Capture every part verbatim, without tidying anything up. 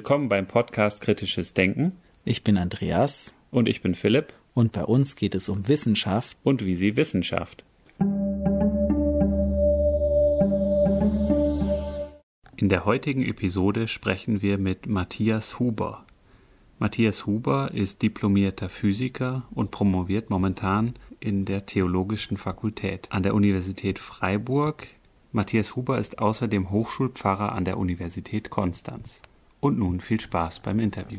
Willkommen beim Podcast Kritisches Denken. Ich bin Andreas. Und ich bin Philipp. Und bei uns geht es um Wissenschaft. Und wie sie Wissenschaft. In der heutigen Episode sprechen wir mit Matthias Huber. Matthias Huber ist diplomierter Physiker und promoviert momentan in der Theologischen Fakultät an der Universität Freiburg. Matthias Huber ist außerdem Hochschulpfarrer an der Universität Konstanz. Und nun viel Spaß beim Interview.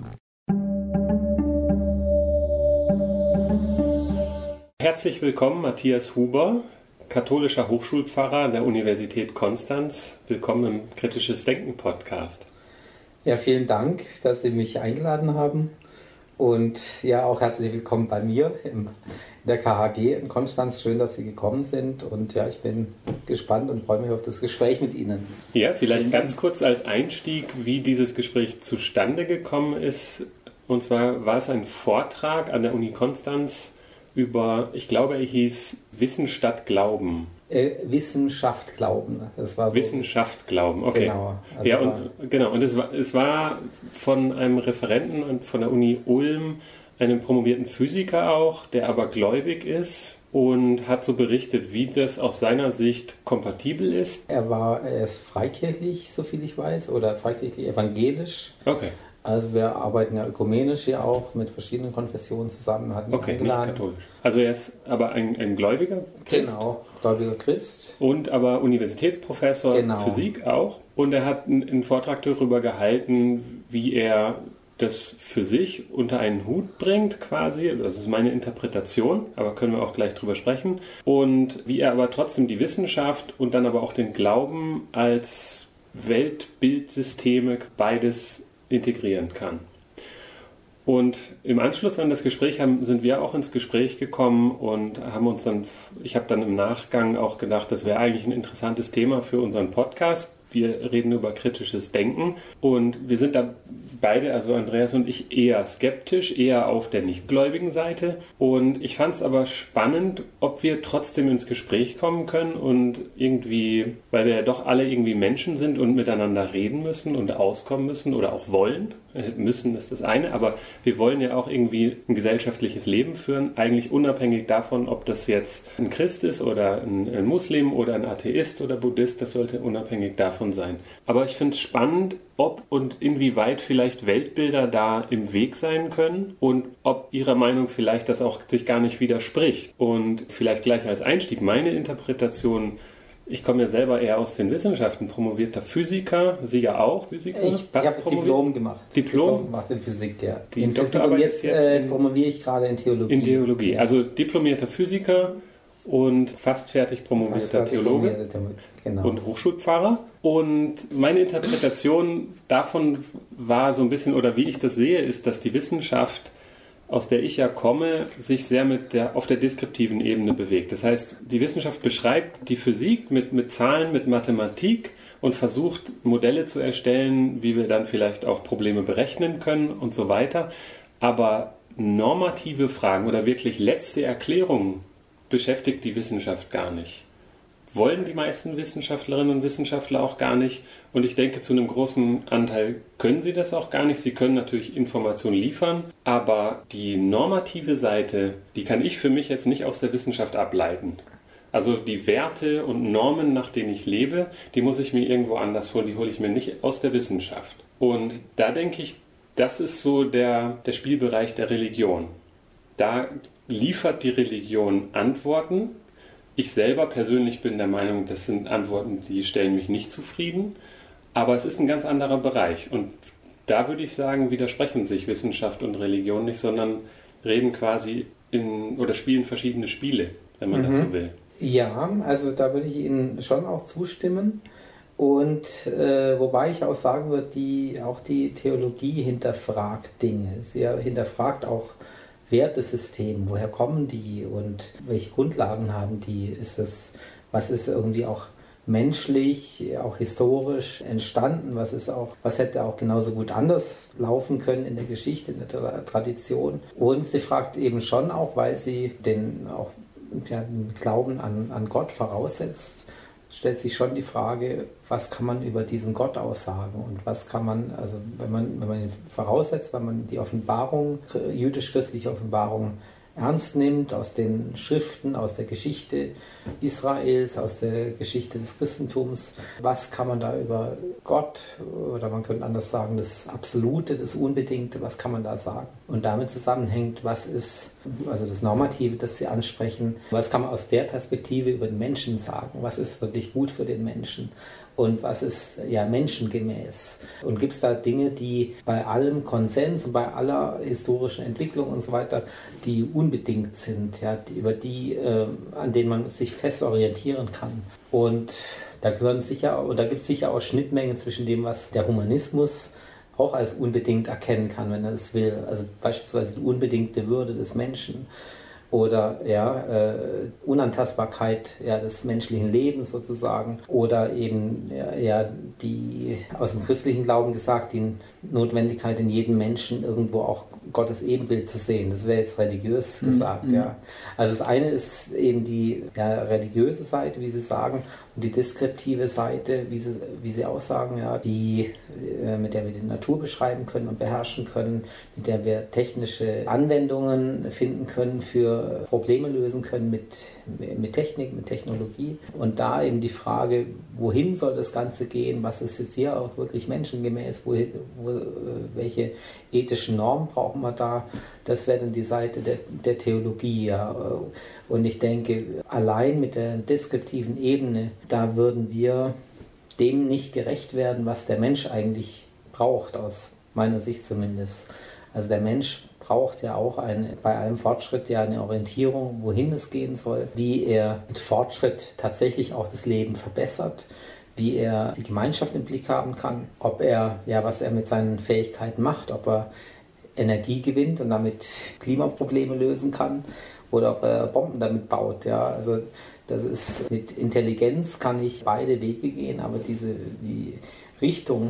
Herzlich willkommen, Matthias Huber, katholischer Hochschulpfarrer an der Universität Konstanz. Willkommen im Kritisches Denken Podcast. Ja, vielen Dank, dass Sie mich eingeladen haben. Und ja, auch herzlich willkommen bei mir im, in der K H G in Konstanz. Schön, dass Sie gekommen sind. Und ja, ich bin gespannt und freue mich auf das Gespräch mit Ihnen. Ja, vielleicht ganz kurz als Einstieg, wie dieses Gespräch zustande gekommen ist. Und zwar war es ein Vortrag an der Uni Konstanz über, ich glaube, er hieß Wissen statt Glauben. Äh, Wissenschaft glauben. Das war so. Wissenschaft glauben, okay. Genau. Also ja, und, genau. Und es war, es war von einem Referenten und von der Uni Ulm, einem promovierten Physiker auch, der aber gläubig ist und hat so berichtet, wie das aus seiner Sicht kompatibel ist. Er war, er ist freikirchlich, so viel ich weiß, oder freikirchlich evangelisch. Okay. Also wir arbeiten ja ökumenisch hier auch mit verschiedenen Konfessionen zusammen. Hatten okay, eingeladen. Nicht katholisch. Also er ist aber ein, ein gläubiger Christ. Genau, gläubiger Christ. Und aber Universitätsprofessor genau. Physik auch. Und er hat einen, einen Vortrag darüber gehalten, wie er das für sich unter einen Hut bringt quasi. Das ist meine Interpretation, aber können wir auch gleich drüber sprechen. Und wie er aber trotzdem die Wissenschaft und dann aber auch den Glauben als Weltbildsysteme beides integrieren kann. Und im Anschluss an das Gespräch haben, sind wir auch ins Gespräch gekommen und haben uns dann, ich habe dann im Nachgang auch gedacht, das wäre eigentlich ein interessantes Thema für unseren Podcast. Wir reden über kritisches Denken und wir sind da beide, also Andreas und ich, eher skeptisch, eher auf der nichtgläubigen Seite. Und ich fand es aber spannend, ob wir trotzdem ins Gespräch kommen können und irgendwie, weil wir ja doch alle irgendwie Menschen sind und miteinander reden müssen und auskommen müssen oder auch wollen. Müssen ist das eine, aber wir wollen ja auch irgendwie ein gesellschaftliches Leben führen, eigentlich unabhängig davon, ob das jetzt ein Christ ist oder ein, ein Muslim oder ein Atheist oder Buddhist, das sollte unabhängig davon sein. Aber ich finde es spannend, ob und inwieweit vielleicht Weltbilder da im Weg sein können und ob Ihrer Meinung vielleicht das auch sich gar nicht widerspricht. Und vielleicht gleich als Einstieg meine Interpretation: Ich komme ja selber eher aus den Wissenschaften, promovierter Physiker, Sie ja auch, Physiker? Ich, ich habe Diplom gemacht. Diplom? Diplom gemacht in Physik, ja. Die in Physik und jetzt, jetzt äh, promoviere ich gerade in Theologie. In Theologie, ja. Also diplomierter Physiker und fast fertig promovierter fast fertig Theologe promovierte, genau. Und Hochschulpfarrer. Und meine Interpretation davon war so ein bisschen, oder wie ich das sehe, ist, dass die Wissenschaft, aus der ich ja komme, sich sehr mit der, auf der deskriptiven Ebene bewegt. Das heißt, die Wissenschaft beschreibt die Physik mit, mit Zahlen, mit Mathematik und versucht, Modelle zu erstellen, wie wir dann vielleicht auch Probleme berechnen können und so weiter. Aber normative Fragen oder wirklich letzte Erklärungen beschäftigt die Wissenschaft gar nicht. Wollen die meisten Wissenschaftlerinnen und Wissenschaftler auch gar nicht. Und ich denke, zu einem großen Anteil können sie das auch gar nicht. Sie können natürlich Informationen liefern, aber die normative Seite, die kann ich für mich jetzt nicht aus der Wissenschaft ableiten. Also die Werte und Normen, nach denen ich lebe, die muss ich mir irgendwo anders holen. Die hole ich mir nicht aus der Wissenschaft. Und da denke ich, das ist so der, der Spielbereich der Religion. Da liefert die Religion Antworten. Ich selber persönlich bin der Meinung, das sind Antworten, die stellen mich nicht zufrieden, aber es ist ein ganz anderer Bereich. Und da würde ich sagen, widersprechen sich Wissenschaft und Religion nicht, sondern reden quasi in oder spielen verschiedene Spiele, wenn man mhm. das so will. Ja, also da würde ich Ihnen schon auch zustimmen. Und äh, wobei ich auch sagen würde, die, auch die Theologie hinterfragt Dinge. Sie hinterfragt auch Wertesystem, woher kommen die und welche Grundlagen haben die? Ist es, was ist irgendwie auch menschlich, auch historisch entstanden? Was ist auch, was hätte auch genauso gut anders laufen können in der Geschichte, in der Tradition? Und sie fragt eben schon auch, weil sie den auch ja, den Glauben an, an Gott voraussetzt, stellt sich schon die Frage, was kann man über diesen Gott aussagen und was kann man, also wenn man, wenn man ihn voraussetzt, wenn man die Offenbarung, jüdisch-christliche Offenbarung ernst nimmt, aus den Schriften, aus der Geschichte Israels, aus der Geschichte des Christentums. Was kann man da über Gott, oder man könnte anders sagen, das Absolute, das Unbedingte, was kann man da sagen? Und damit zusammenhängt, was ist, also das Normative, das Sie ansprechen, was kann man aus der Perspektive über den Menschen sagen? Was ist wirklich gut für den Menschen? Und was ist ja menschengemäß? Und gibt es da Dinge, die bei allem Konsens und bei aller historischen Entwicklung und so weiter, die unbedingt sind, ja, die, über die, äh, an denen man sich fest orientieren kann? Und da gehören sicher, und da gibt es sicher auch Schnittmengen zwischen dem, was der Humanismus auch als unbedingt erkennen kann, wenn er es will. Also beispielsweise die unbedingte Würde des Menschen. Oder ja, äh, Unantastbarkeit ja, des menschlichen Lebens sozusagen. Oder eben ja, ja, die, aus dem christlichen Glauben gesagt, die Notwendigkeit in jedem Menschen irgendwo auch Gottes Ebenbild zu sehen. Das wäre jetzt religiös gesagt. Mhm. Ja. Also das eine ist eben die ja, religiöse Seite, wie Sie sagen, und die deskriptive Seite, wie Sie, wie Sie auch sagen, ja, die, äh, mit der wir die Natur beschreiben können und beherrschen können, mit der wir technische Anwendungen finden können für Probleme lösen können mit, mit Technik, mit Technologie. Und da eben die Frage, wohin soll das Ganze gehen, was ist jetzt hier auch wirklich menschengemäß, wohin, wo, welche ethischen Normen brauchen wir da, das wäre dann die Seite der, der Theologie. Ja. Und ich denke, allein mit der deskriptiven Ebene, da würden wir dem nicht gerecht werden, was der Mensch eigentlich braucht, aus meiner Sicht zumindest. Also der Mensch braucht ja auch eine, bei allem Fortschritt ja eine Orientierung, wohin es gehen soll, wie er mit Fortschritt tatsächlich auch das Leben verbessert, wie er die Gemeinschaft im Blick haben kann, ob er, ja, was er mit seinen Fähigkeiten macht, ob er Energie gewinnt und damit Klimaprobleme lösen kann oder ob er Bomben damit baut. Ja, also das ist, mit Intelligenz kann ich beide Wege gehen, aber diese, die Richtung,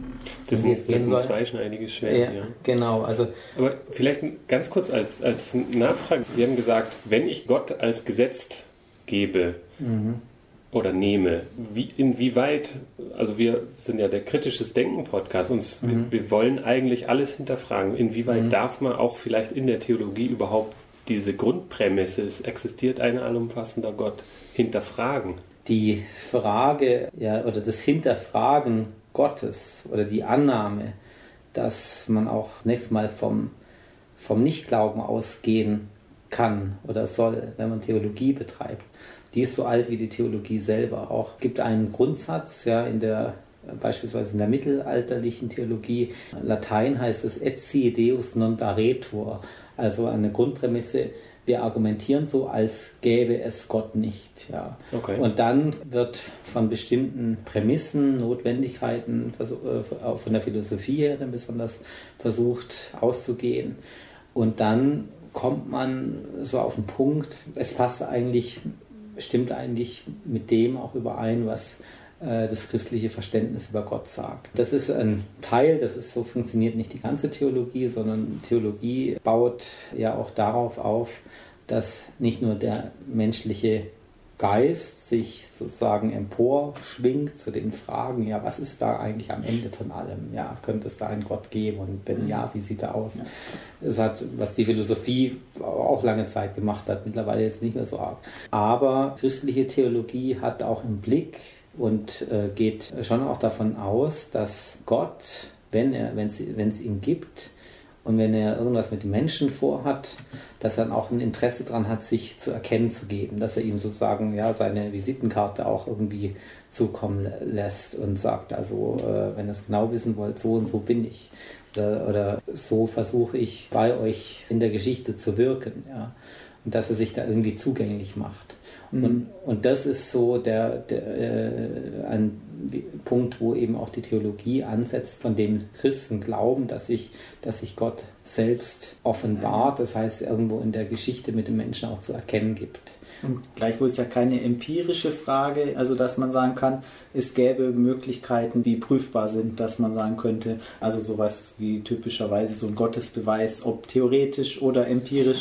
das sind, das sind zweischneidige Schwert, ja, ja. Genau, also. Aber vielleicht ganz kurz als, als Nachfrage. Sie haben gesagt, wenn ich Gott als gesetzt gebe mhm. oder nehme, wie, inwieweit, also wir sind ja der kritisches Denken-Podcast, uns, mhm. wir, wir wollen eigentlich alles hinterfragen. Inwieweit mhm. darf man auch vielleicht in der Theologie überhaupt diese Grundprämisse, es existiert ein allumfassender Gott, hinterfragen? Die Frage, ja, oder das Hinterfragen Gottes oder die Annahme, dass man auch nächstes Mal vom, vom Nichtglauben ausgehen kann oder soll, wenn man Theologie betreibt, die ist so alt wie die Theologie selber auch. Es gibt einen Grundsatz, ja, in der, beispielsweise in der mittelalterlichen Theologie, Latein heißt es ecce Deus non daretur, also eine Grundprämisse, wir argumentieren so, als gäbe es Gott nicht. Ja. Okay. Und dann wird von bestimmten Prämissen, Notwendigkeiten von der Philosophie her dann besonders versucht auszugehen. Und dann kommt man so auf den Punkt, es passt eigentlich, stimmt eigentlich mit dem auch überein, was das christliche Verständnis über Gott sagt. Das ist ein Teil, das ist so, funktioniert nicht die ganze Theologie, sondern Theologie baut ja auch darauf auf, dass nicht nur der menschliche Geist sich sozusagen emporschwingt zu den Fragen, ja, was ist da eigentlich am Ende von allem? Ja, könnte es da einen Gott geben? Und wenn ja, wie sieht er aus? Ja. Das hat, was die Philosophie auch lange Zeit gemacht hat, mittlerweile jetzt nicht mehr so arg. Aber christliche Theologie hat auch im Blick und äh, geht schon auch davon aus, dass Gott, wenn er, wenn es, wenn es ihn gibt und wenn er irgendwas mit dem Menschen vorhat, dass er dann auch ein Interesse daran hat, sich zu erkennen zu geben, dass er ihm sozusagen ja seine Visitenkarte auch irgendwie zukommen lässt und sagt, also äh, wenn ihr es genau wissen wollt, so und so bin ich. Oder, oder so versuche ich bei euch in der Geschichte zu wirken, ja. Und dass er sich da irgendwie zugänglich macht. Mhm. Und, und das ist so der, der äh, ein Punkt, wo eben auch die Theologie ansetzt, von dem Christen glauben, dass sich, dass sich Gott selbst offenbart, das heißt irgendwo in der Geschichte mit dem Menschen auch zu erkennen gibt. Und gleichwohl ist ja keine empirische Frage, also dass man sagen kann, es gäbe Möglichkeiten, die prüfbar sind, dass man sagen könnte, also sowas wie typischerweise so ein Gottesbeweis, ob theoretisch oder empirisch,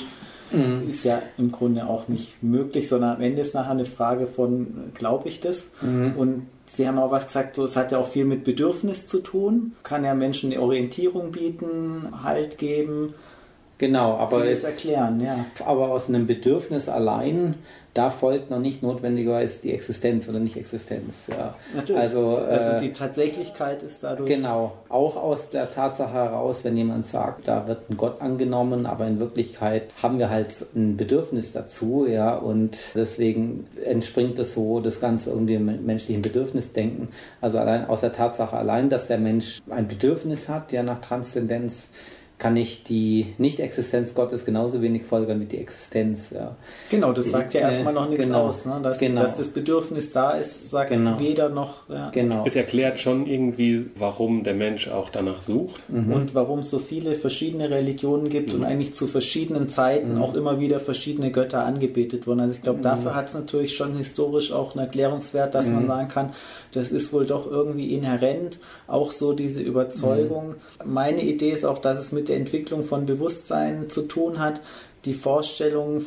mhm. ist ja im Grunde auch nicht möglich, sondern am Ende ist nachher eine Frage von, glaube ich das? Mhm. Und Sie haben auch was gesagt, so, es hat ja auch viel mit Bedürfnis zu tun, kann ja Menschen eine Orientierung bieten, Halt geben. Genau, aber vieles erklären, ja. Aber aus einem Bedürfnis allein, da folgt noch nicht notwendigerweise die Existenz oder Nicht-Existenz. Ja. Natürlich. Also, äh, also die Tatsächlichkeit ist dadurch... Genau, auch aus der Tatsache heraus, wenn jemand sagt, da wird ein Gott angenommen, aber in Wirklichkeit haben wir halt ein Bedürfnis dazu, ja, und deswegen entspringt es so das Ganze irgendwie im menschlichen Bedürfnisdenken. Also allein aus der Tatsache allein, dass der Mensch ein Bedürfnis hat, ja, nach Transzendenz, kann ich die Nicht-Existenz Gottes genauso wenig folgern wie die Existenz. Ja. Genau, das sagt ja erstmal noch nichts genau, aus. Ne? Dass, genau. dass das Bedürfnis da ist, sagt genau. weder noch... Ja. Genau. Es erklärt schon irgendwie, warum der Mensch auch danach sucht. Mhm. Und warum es so viele verschiedene Religionen gibt mhm. und eigentlich zu verschiedenen Zeiten mhm. auch immer wieder verschiedene Götter angebetet wurden. Also ich glaube, dafür mhm. hat es natürlich schon historisch auch einen Erklärungswert, dass mhm. man sagen kann, das ist wohl doch irgendwie inhärent, auch so diese Überzeugung. Mhm. Meine Idee ist auch, dass es mit der Entwicklung von Bewusstsein zu tun hat, die Vorstellung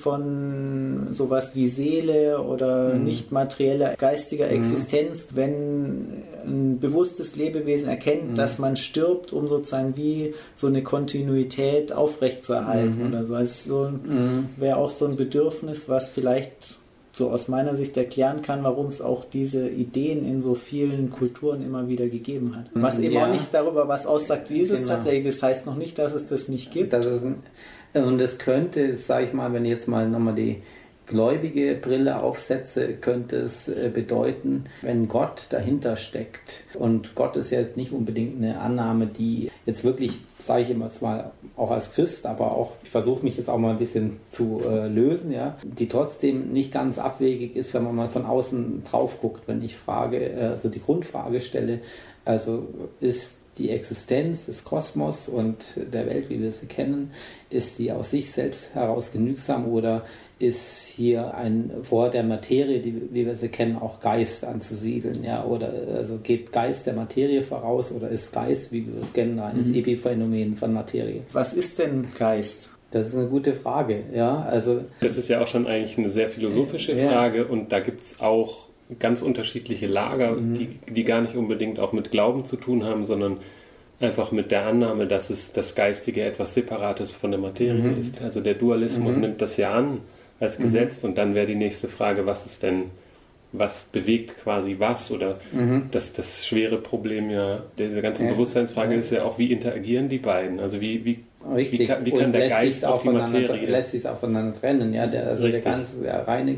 von sowas wie Seele oder mhm. nicht materieller geistiger mhm. Existenz, wenn ein bewusstes Lebewesen erkennt, mhm. dass man stirbt, um sozusagen wie so eine Kontinuität aufrechtzuerhalten mhm. oder so. Also so mhm. wäre auch so ein Bedürfnis, was vielleicht so aus meiner Sicht erklären kann, warum es auch diese Ideen in so vielen Kulturen immer wieder gegeben hat. Was eben ja. auch nicht darüber was aussagt, wie ist es genau. tatsächlich. Das heißt noch nicht, dass es das nicht gibt. Das ist ein, und es könnte, sage ich mal, wenn ich jetzt mal nochmal die gläubige Brille aufsetze, könnte es bedeuten, wenn Gott dahinter steckt. Und Gott ist ja jetzt nicht unbedingt eine Annahme, die jetzt wirklich, sage ich immer mal, auch als Christ, aber auch, ich versuche mich jetzt auch mal ein bisschen zu äh, lösen, ja, die trotzdem nicht ganz abwegig ist, wenn man mal von außen drauf guckt, wenn ich frage, also die Grundfrage stelle, also ist die Existenz des Kosmos und der Welt, wie wir sie kennen, ist die aus sich selbst heraus genügsam oder ist hier ein vor der Materie, die, wie wir sie kennen, auch Geist anzusiedeln, ja, oder also geht Geist der Materie voraus oder ist Geist, wie wir es kennen, eines mhm. Epiphänomen von Materie? Was ist denn Geist? Das ist eine gute Frage, ja, also... Das ist ja auch schon eigentlich eine sehr philosophische äh, Frage ja. und da gibt es auch ganz unterschiedliche Lager, mhm. die, die gar nicht unbedingt auch mit Glauben zu tun haben, sondern einfach mit der Annahme, dass es das Geistige etwas Separates von der Materie mhm. ist. Also der Dualismus mhm. nimmt das ja an als Gesetz mhm. und dann wäre die nächste Frage, was ist denn, was bewegt quasi was oder mhm. das, das schwere Problem ja, diese ganzen ja. Bewusstseinsfrage ja. ist ja auch, wie interagieren die beiden? Also wie, wie Richtig. Wie kann, wie kann der Geist auf die Materie... lässt sich auch voneinander trennen. Ja? Der, also Richtig. der ganze der reine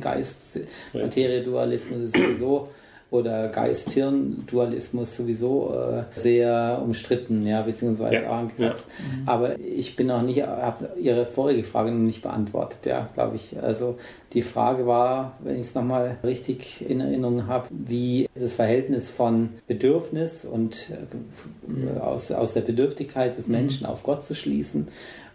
Geist-Materie-Dualismus ist sowieso, oder Geist-Hirn-Dualismus sowieso äh, sehr umstritten, ja, beziehungsweise ja. auch angekratzt. Ja. Mhm. Aber ich bin noch nicht, habe Ihre vorige Frage noch nicht beantwortet, ja, glaube ich. Also die Frage war, wenn ich es nochmal richtig in Erinnerung habe, wie das Verhältnis von Bedürfnis und äh, mhm. aus, aus der Bedürftigkeit des Menschen mhm. auf Gott zu schließen.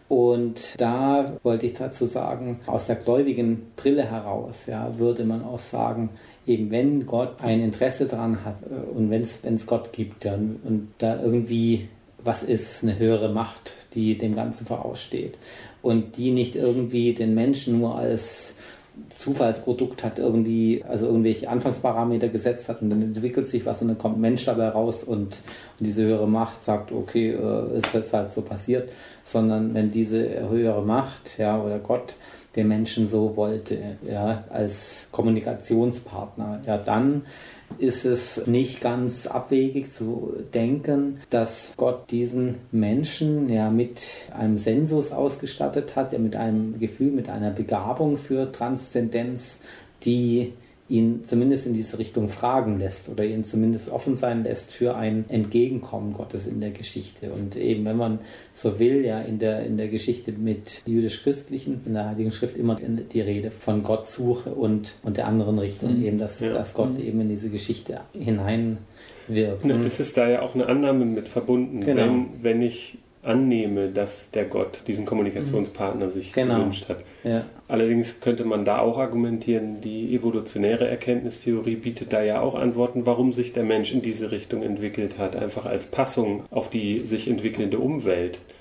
Und da wollte ich dazu sagen, aus der gläubigen Brille heraus, ja, würde man auch sagen, eben wenn Gott ein Interesse daran hat und wenn es Gott gibt ja, und da irgendwie was ist, eine höhere Macht, die dem Ganzen voraussteht und die nicht irgendwie den Menschen nur als Zufallsprodukt hat, irgendwie, also irgendwelche Anfangsparameter gesetzt hat und dann entwickelt sich was und dann kommt ein Mensch dabei raus und, und diese höhere Macht sagt, okay, äh, ist jetzt halt so passiert, sondern wenn diese höhere Macht, ja, oder Gott den Menschen so wollte, ja, als Kommunikationspartner, ja, dann ist es nicht ganz abwegig zu denken, dass Gott diesen Menschen ja mit einem Sensus ausgestattet hat, ja, mit einem Gefühl, mit einer Begabung für Transzendenz, die ihn zumindest in diese Richtung fragen lässt oder ihn zumindest offen sein lässt für ein Entgegenkommen Gottes in der Geschichte. Und eben, wenn man so will, ja, in der, in der Geschichte mit jüdisch-christlichen, in der Heiligen Schrift immer die Rede von Gottsuche und, und der anderen Richtung, mhm. eben, dass, ja. dass Gott mhm. eben in diese Geschichte hineinwirkt. Ne, es ist da ja auch eine Annahme mit verbunden, genau. wenn, wenn ich annehme, dass der Gott diesen Kommunikationspartner sich genau. gewünscht hat. Ja. Allerdings könnte man da auch argumentieren, die evolutionäre Erkenntnistheorie bietet da ja auch Antworten, warum sich der Mensch in diese Richtung entwickelt hat, einfach als Passung auf die sich entwickelnde Umwelt.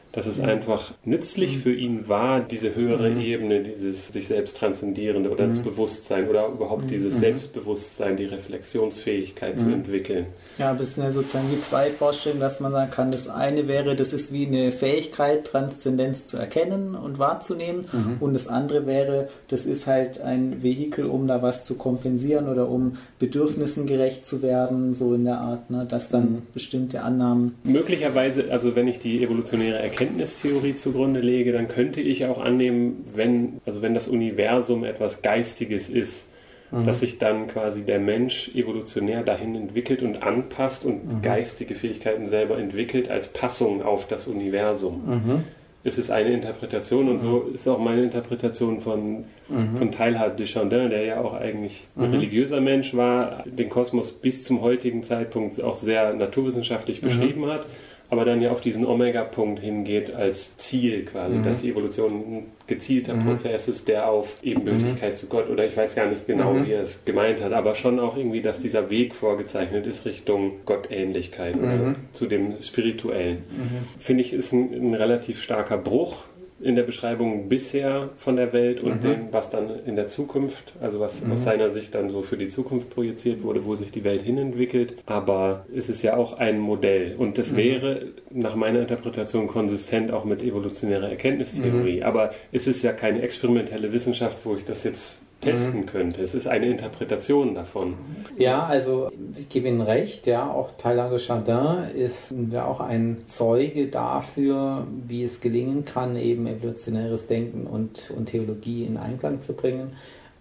dass es einfach nützlich für ihn war, diese höhere mhm. Ebene, dieses sich selbst transzendierende oder mhm. das Bewusstsein oder überhaupt mhm. dieses Selbstbewusstsein, die Reflexionsfähigkeit mhm. zu entwickeln. Ja, das sind ja sozusagen die zwei Vorstellungen, dass man sagen kann, das eine wäre, das ist wie eine Fähigkeit, Transzendenz zu erkennen und wahrzunehmen mhm. und das andere wäre, das ist halt ein Vehikel, um da was zu kompensieren oder um Bedürfnissen gerecht zu werden, so in der Art, ne, dass dann mhm. bestimmte Annahmen... Möglicherweise, also wenn ich die evolutionäre Erkenntnis Erkenntnistheorie zugrunde lege, dann könnte ich auch annehmen, wenn, also wenn das Universum etwas Geistiges ist, mhm. dass sich dann quasi der Mensch evolutionär dahin entwickelt und anpasst und mhm. geistige Fähigkeiten selber entwickelt als Passung auf das Universum. Mhm. Es ist eine Interpretation und mhm. so ist auch meine Interpretation von, mhm. von Teilhard de Chardin, der ja auch eigentlich ein mhm. religiöser Mensch war, den Kosmos bis zum heutigen Zeitpunkt auch sehr naturwissenschaftlich mhm. beschrieben hat, aber dann ja auf diesen Omega-Punkt hingeht als Ziel quasi, mhm. dass die Evolution ein gezielter mhm. Prozess ist, der auf Ebenbürtigkeit mhm. zu Gott, oder ich weiß gar nicht genau, mhm. wie er es gemeint hat, aber schon auch irgendwie, dass dieser Weg vorgezeichnet ist Richtung Gottähnlichkeit mhm. oder zu dem Spirituellen. Mhm. Finde ich, ist ein, ein relativ starker Bruch in der Beschreibung bisher von der Welt und mhm. dem, was dann in der Zukunft, also was mhm. aus seiner Sicht dann so für die Zukunft projiziert wurde, wo sich die Welt hinentwickelt. Aber es ist ja auch ein Modell und das mhm. wäre nach meiner Interpretation konsistent auch mit evolutionärer Erkenntnistheorie. Mhm. Aber es ist ja keine experimentelle Wissenschaft, wo ich das jetzt testen könnte. Es ist eine Interpretation davon. Ja, also ich gebe Ihnen recht, ja, auch Teilhard de Chardin ist ja auch ein Zeuge dafür, wie es gelingen kann, eben evolutionäres Denken und, und Theologie in Einklang zu bringen.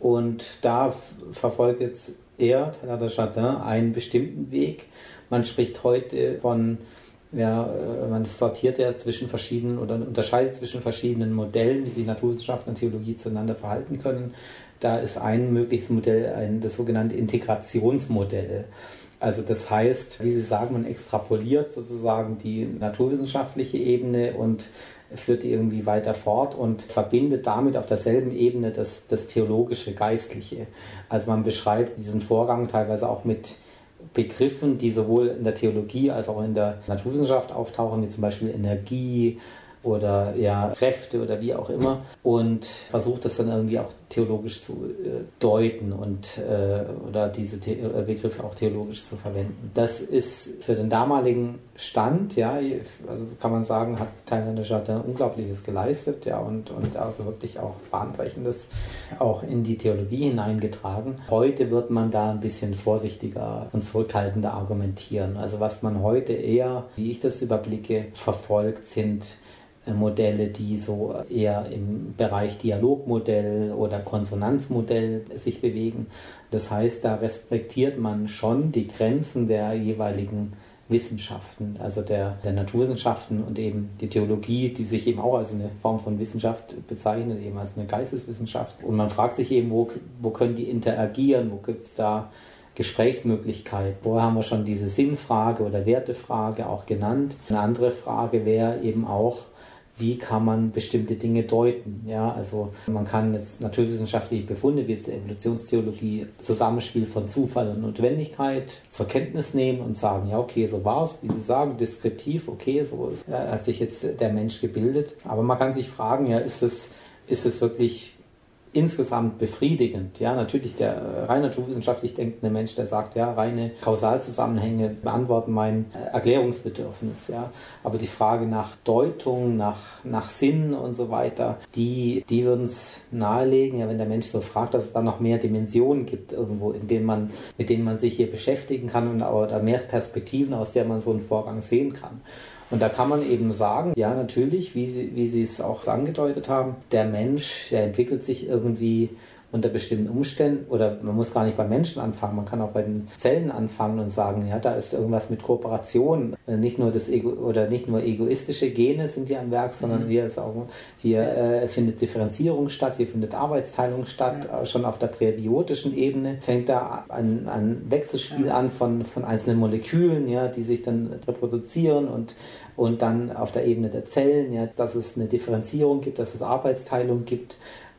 Und da verfolgt jetzt er, Teilhard de Chardin, einen bestimmten Weg. Man spricht heute von, ja, man sortiert ja zwischen verschiedenen oder unterscheidet zwischen verschiedenen Modellen, wie sich Naturwissenschaft und Theologie zueinander verhalten können. Da ist ein mögliches Modell ein, das sogenannte Integrationsmodell. Also das heißt, wie Sie sagen, man extrapoliert sozusagen die naturwissenschaftliche Ebene und führt die irgendwie weiter fort und verbindet damit auf derselben Ebene das, das theologische, geistliche. Also man beschreibt diesen Vorgang teilweise auch mit Begriffen, die sowohl in der Theologie als auch in der Naturwissenschaft auftauchen, wie zum Beispiel Energie oder ja, Kräfte oder wie auch immer, und versucht das dann irgendwie auch theologisch zu äh, deuten und äh, oder diese The- Begriffe auch theologisch zu verwenden. Das ist für den damaligen Stand, ja, also kann man sagen, hat Teilhard de Chardin Unglaubliches geleistet, ja, und, und also wirklich auch Bahnbrechendes auch in die Theologie hineingetragen. Heute wird man da ein bisschen vorsichtiger und zurückhaltender argumentieren. Also was man heute eher, wie ich das überblicke, verfolgt, sind Modelle, die so eher im Bereich Dialogmodell oder Konsonanzmodell sich bewegen. Das heißt, da respektiert man schon die Grenzen der jeweiligen Wissenschaften, also der, der Naturwissenschaften und eben die Theologie, die sich eben auch als eine Form von Wissenschaft bezeichnet, eben als eine Geisteswissenschaft. Und man fragt sich eben, wo, wo können die interagieren, wo gibt es da Gesprächsmöglichkeit. Vorher haben wir schon diese Sinnfrage oder Wertefrage auch genannt. Eine andere Frage wäre eben auch, wie kann man bestimmte Dinge deuten? Ja, also man kann jetzt naturwissenschaftliche Befunde wie jetzt Evolutionstheologie, Zusammenspiel von Zufall und Notwendigkeit zur Kenntnis nehmen und sagen, ja okay, so war es, wie Sie sagen, deskriptiv, okay, so ist, ja, hat sich jetzt der Mensch gebildet. Aber man kann sich fragen, ja, ist es, ist es wirklich insgesamt befriedigend? Ja, natürlich der rein naturwissenschaftlich denkende Mensch, der sagt, ja, reine Kausalzusammenhänge beantworten mein Erklärungsbedürfnis, ja. Aber die Frage nach Deutung, nach, nach Sinn und so weiter, die, die würden es nahelegen, ja, wenn der Mensch so fragt, dass es da noch mehr Dimensionen gibt irgendwo, in denen man, mit denen man sich hier beschäftigen kann und oder mehr Perspektiven, aus der man so einen Vorgang sehen kann. Und da kann man eben sagen, ja natürlich, wie Sie, wie Sie es auch angedeutet haben, der Mensch, der entwickelt sich irgendwie unter bestimmten Umständen, oder man muss gar nicht beim Menschen anfangen, man kann auch bei den Zellen anfangen und sagen, ja, da ist irgendwas mit Kooperation, nicht nur das Ego oder nicht nur egoistische Gene sind hier am Werk, sondern mhm. hier ist auch, hier äh, findet Differenzierung statt, hier findet Arbeitsteilung statt, ja. Schon auf der präbiotischen Ebene fängt da ein, ein Wechselspiel ja. an von, von einzelnen Molekülen, ja, die sich dann reproduzieren und und dann auf der Ebene der Zellen, ja, dass es eine Differenzierung gibt, dass es Arbeitsteilung gibt.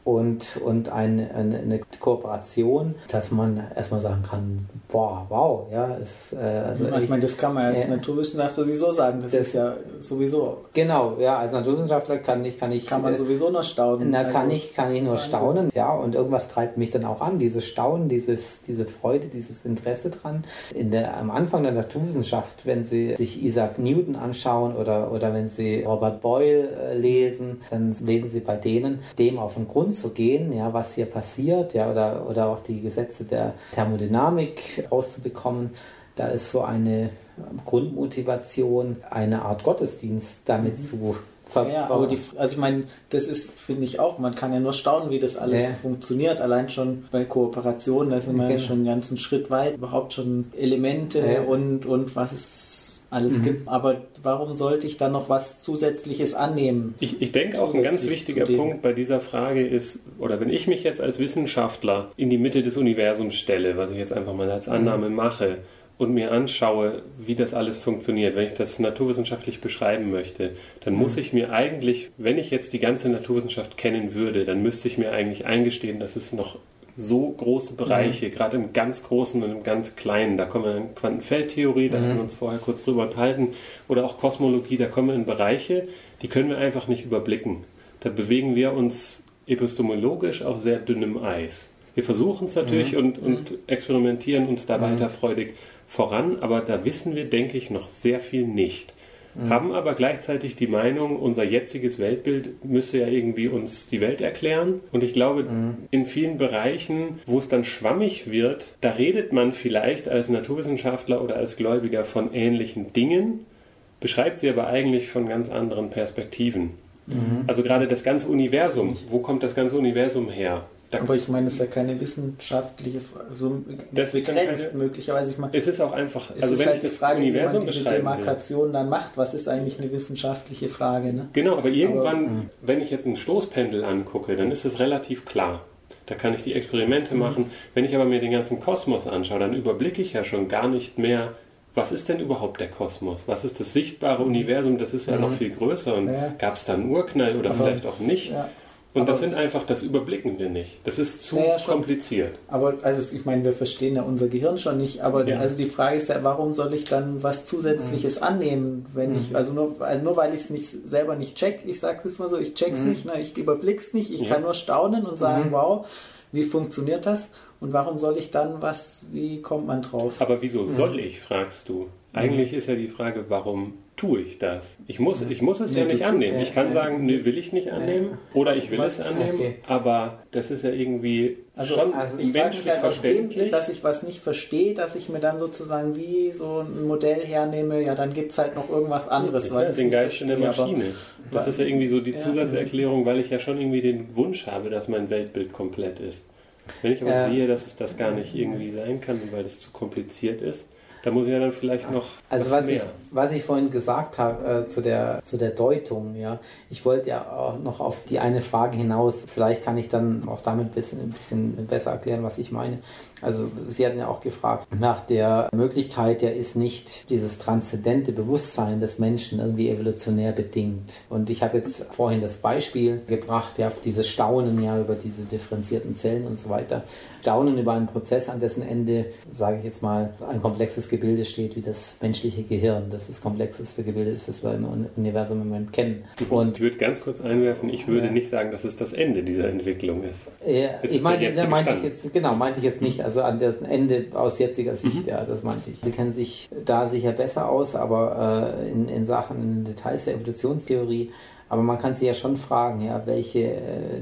und, und eine, eine, eine Kooperation, dass man erstmal sagen kann, boah, wow, ja, ist, äh, also ich ich meine, das kann man als äh, Naturwissenschaftler sowieso sagen, das, das ist ja sowieso. Genau, ja, als Naturwissenschaftler kann ich, kann ich kann man sowieso nur staunen. Na, kann also, ich, kann ich nur Wahnsinn. staunen, ja, und irgendwas treibt mich dann auch an, dieses Staunen, dieses, diese Freude, dieses Interesse dran. In der, am Anfang der Naturwissenschaft, wenn Sie sich Isaac Newton anschauen oder, oder wenn Sie Robert Boyle äh, lesen, dann lesen Sie bei denen, dem auf den Grund zu gehen, ja, was hier passiert, ja, oder, oder auch die Gesetze der Thermodynamik rauszubekommen. Da ist so eine Grundmotivation, eine Art Gottesdienst damit mhm. zu ver- Ja, aber die, also ich meine, das ist, finde ich auch, man kann ja nur staunen, wie das alles ja. funktioniert. Allein schon bei Kooperationen, da sind wir genau. schon einen ganzen Schritt weit, überhaupt schon Elemente ja. und, und was es alles mhm. gibt. Aber warum sollte ich dann noch was Zusätzliches annehmen? Ich, ich denke auch, ein ganz wichtiger Punkt bei dieser Frage ist, oder wenn ich mich jetzt als Wissenschaftler in die Mitte des Universums stelle, was ich jetzt einfach mal als Annahme mhm. mache, und mir anschaue, wie das alles funktioniert, wenn ich das naturwissenschaftlich beschreiben möchte, dann mhm. muss ich mir eigentlich, wenn ich jetzt die ganze Naturwissenschaft kennen würde, dann müsste ich mir eigentlich eingestehen, dass es noch so große Bereiche, mhm. gerade im ganz Großen und im ganz Kleinen, da kommen wir in Quantenfeldtheorie, da mhm. haben wir uns vorher kurz drüber unterhalten, oder auch Kosmologie, da kommen wir in Bereiche, die können wir einfach nicht überblicken. Da bewegen wir uns epistemologisch auf sehr dünnem Eis. Wir versuchen es natürlich mhm. und, und experimentieren uns da mhm. weiter freudig voran, aber da wissen wir, denke ich, noch sehr viel nicht. Mhm. Haben aber gleichzeitig die Meinung, unser jetziges Weltbild müsse ja irgendwie uns die Welt erklären. Und ich glaube, mhm. in vielen Bereichen, wo es dann schwammig wird, da redet man vielleicht als Naturwissenschaftler oder als Gläubiger von ähnlichen Dingen, beschreibt sie aber eigentlich von ganz anderen Perspektiven. Mhm. Also gerade das ganze Universum, wo kommt das ganze Universum her? Da aber ich meine, es ist ja keine wissenschaftliche, so das begrenzt keine, möglicherweise. Ich meine, es ist auch einfach, also es wenn halt ich das Frage, Universum wie man diese Demarkation will. Dann macht, was ist eigentlich eine wissenschaftliche Frage? Ne? Genau, aber irgendwann, aber, wenn ich jetzt ein Stoßpendel angucke, dann ist es relativ klar. Da kann ich die Experimente mhm. machen. Wenn ich aber mir den ganzen Kosmos anschaue, dann überblicke ich ja schon gar nicht mehr, was ist denn überhaupt der Kosmos? Was ist das sichtbare Universum? Das ist ja mhm. noch viel größer. Und ja. gab es da einen Urknall oder aber, vielleicht auch nicht? Ja. Und aber das sind einfach, das überblicken wir nicht. Das ist zu ja, ja, kompliziert. Aber also ich meine, wir verstehen ja unser Gehirn schon nicht, aber ja. also die Frage ist ja, warum soll ich dann was Zusätzliches mhm. annehmen, wenn mhm. ich, also nur, also nur weil ich es nicht selber nicht check, ich sage es mal so, ich check's mhm. nicht, ne, ich überblick's nicht, ich ja. kann nur staunen und sagen, mhm. wow, wie funktioniert das? Und warum soll ich dann was, wie kommt man drauf? Aber wieso mhm. soll ich, fragst du? Eigentlich mhm. ist ja die Frage, warum tue ich das? Ich muss, ich muss es nee, ja nicht annehmen. Ich kann sagen, nö, will ich nicht annehmen. Oder ich will was, es annehmen. Okay. Aber das ist ja irgendwie also, schon also ich menschlich halt verständlich. Dem, dass ich was nicht verstehe, dass ich mir dann sozusagen wie so ein Modell hernehme, ja, dann gibt es halt noch irgendwas anderes. Ja, weil den Geist in der Maschine. Das ist ja irgendwie so die ja, Zusatzerklärung, weil ich ja schon irgendwie den Wunsch habe, dass mein Weltbild komplett ist. Wenn ich aber äh, sehe, dass es das gar nicht irgendwie sein kann, weil das zu kompliziert ist, da muss ich ja dann vielleicht noch also was, was mehr. Ich, was ich vorhin gesagt habe äh, zu, der, zu der Deutung, ja, ich wollte ja auch noch auf die eine Frage hinaus, vielleicht kann ich dann auch damit ein bisschen, ein bisschen besser erklären, was ich meine. Also Sie hatten ja auch gefragt nach der Möglichkeit, ja, ist nicht dieses transzendente Bewusstsein des Menschen irgendwie evolutionär bedingt. Und ich habe jetzt vorhin das Beispiel gebracht, ja, dieses Staunen ja über diese differenzierten Zellen und so weiter. Staunen über einen Prozess, an dessen Ende, sage ich jetzt mal, ein komplexes Gebilde steht, wie das menschliche Gehirn. Das ist das komplexeste Gebilde, das wir im Universum im Moment kennen. Und ich würde ganz kurz einwerfen, ich würde ja. nicht sagen, dass es das Ende dieser Entwicklung ist. Ja, ich meine, da meinte ich jetzt, genau, meinte ich jetzt nicht, also an das Ende aus jetziger Sicht, mhm. ja, das meinte ich. Sie kennen sich da sicher besser aus, aber äh, in, in Sachen, in Details der Evolutionstheorie, aber man kann sich ja schon fragen, ja, welche äh,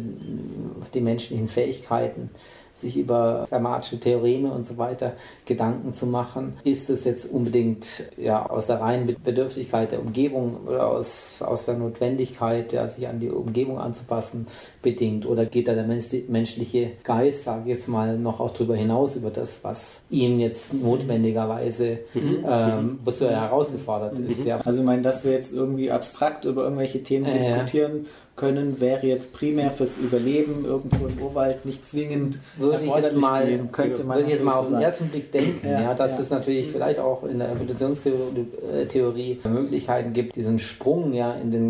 die menschlichen Fähigkeiten, sich über Fermatsche Theoreme und so weiter Gedanken zu machen. Ist es jetzt unbedingt ja, aus der reinen Bedürftigkeit der Umgebung oder aus, aus der Notwendigkeit, ja, sich an die Umgebung anzupassen, bedingt? Oder geht da der menschliche Geist, sage ich jetzt mal, noch auch darüber hinaus, über das, was ihm jetzt notwendigerweise mhm. ähm, wozu er herausgefordert mhm. ist? Ja. Also ich meine, dass wir jetzt irgendwie abstrakt über irgendwelche Themen äh, diskutieren können, wäre jetzt primär fürs Überleben irgendwo im Urwald nicht zwingend würde ich jetzt mal gewesen, könnte man würde ich jetzt mal auf den ersten Blick denken, ja, ja, dass ja. es natürlich vielleicht auch in der Evolutionstheorie Möglichkeiten gibt, diesen Sprung ja in den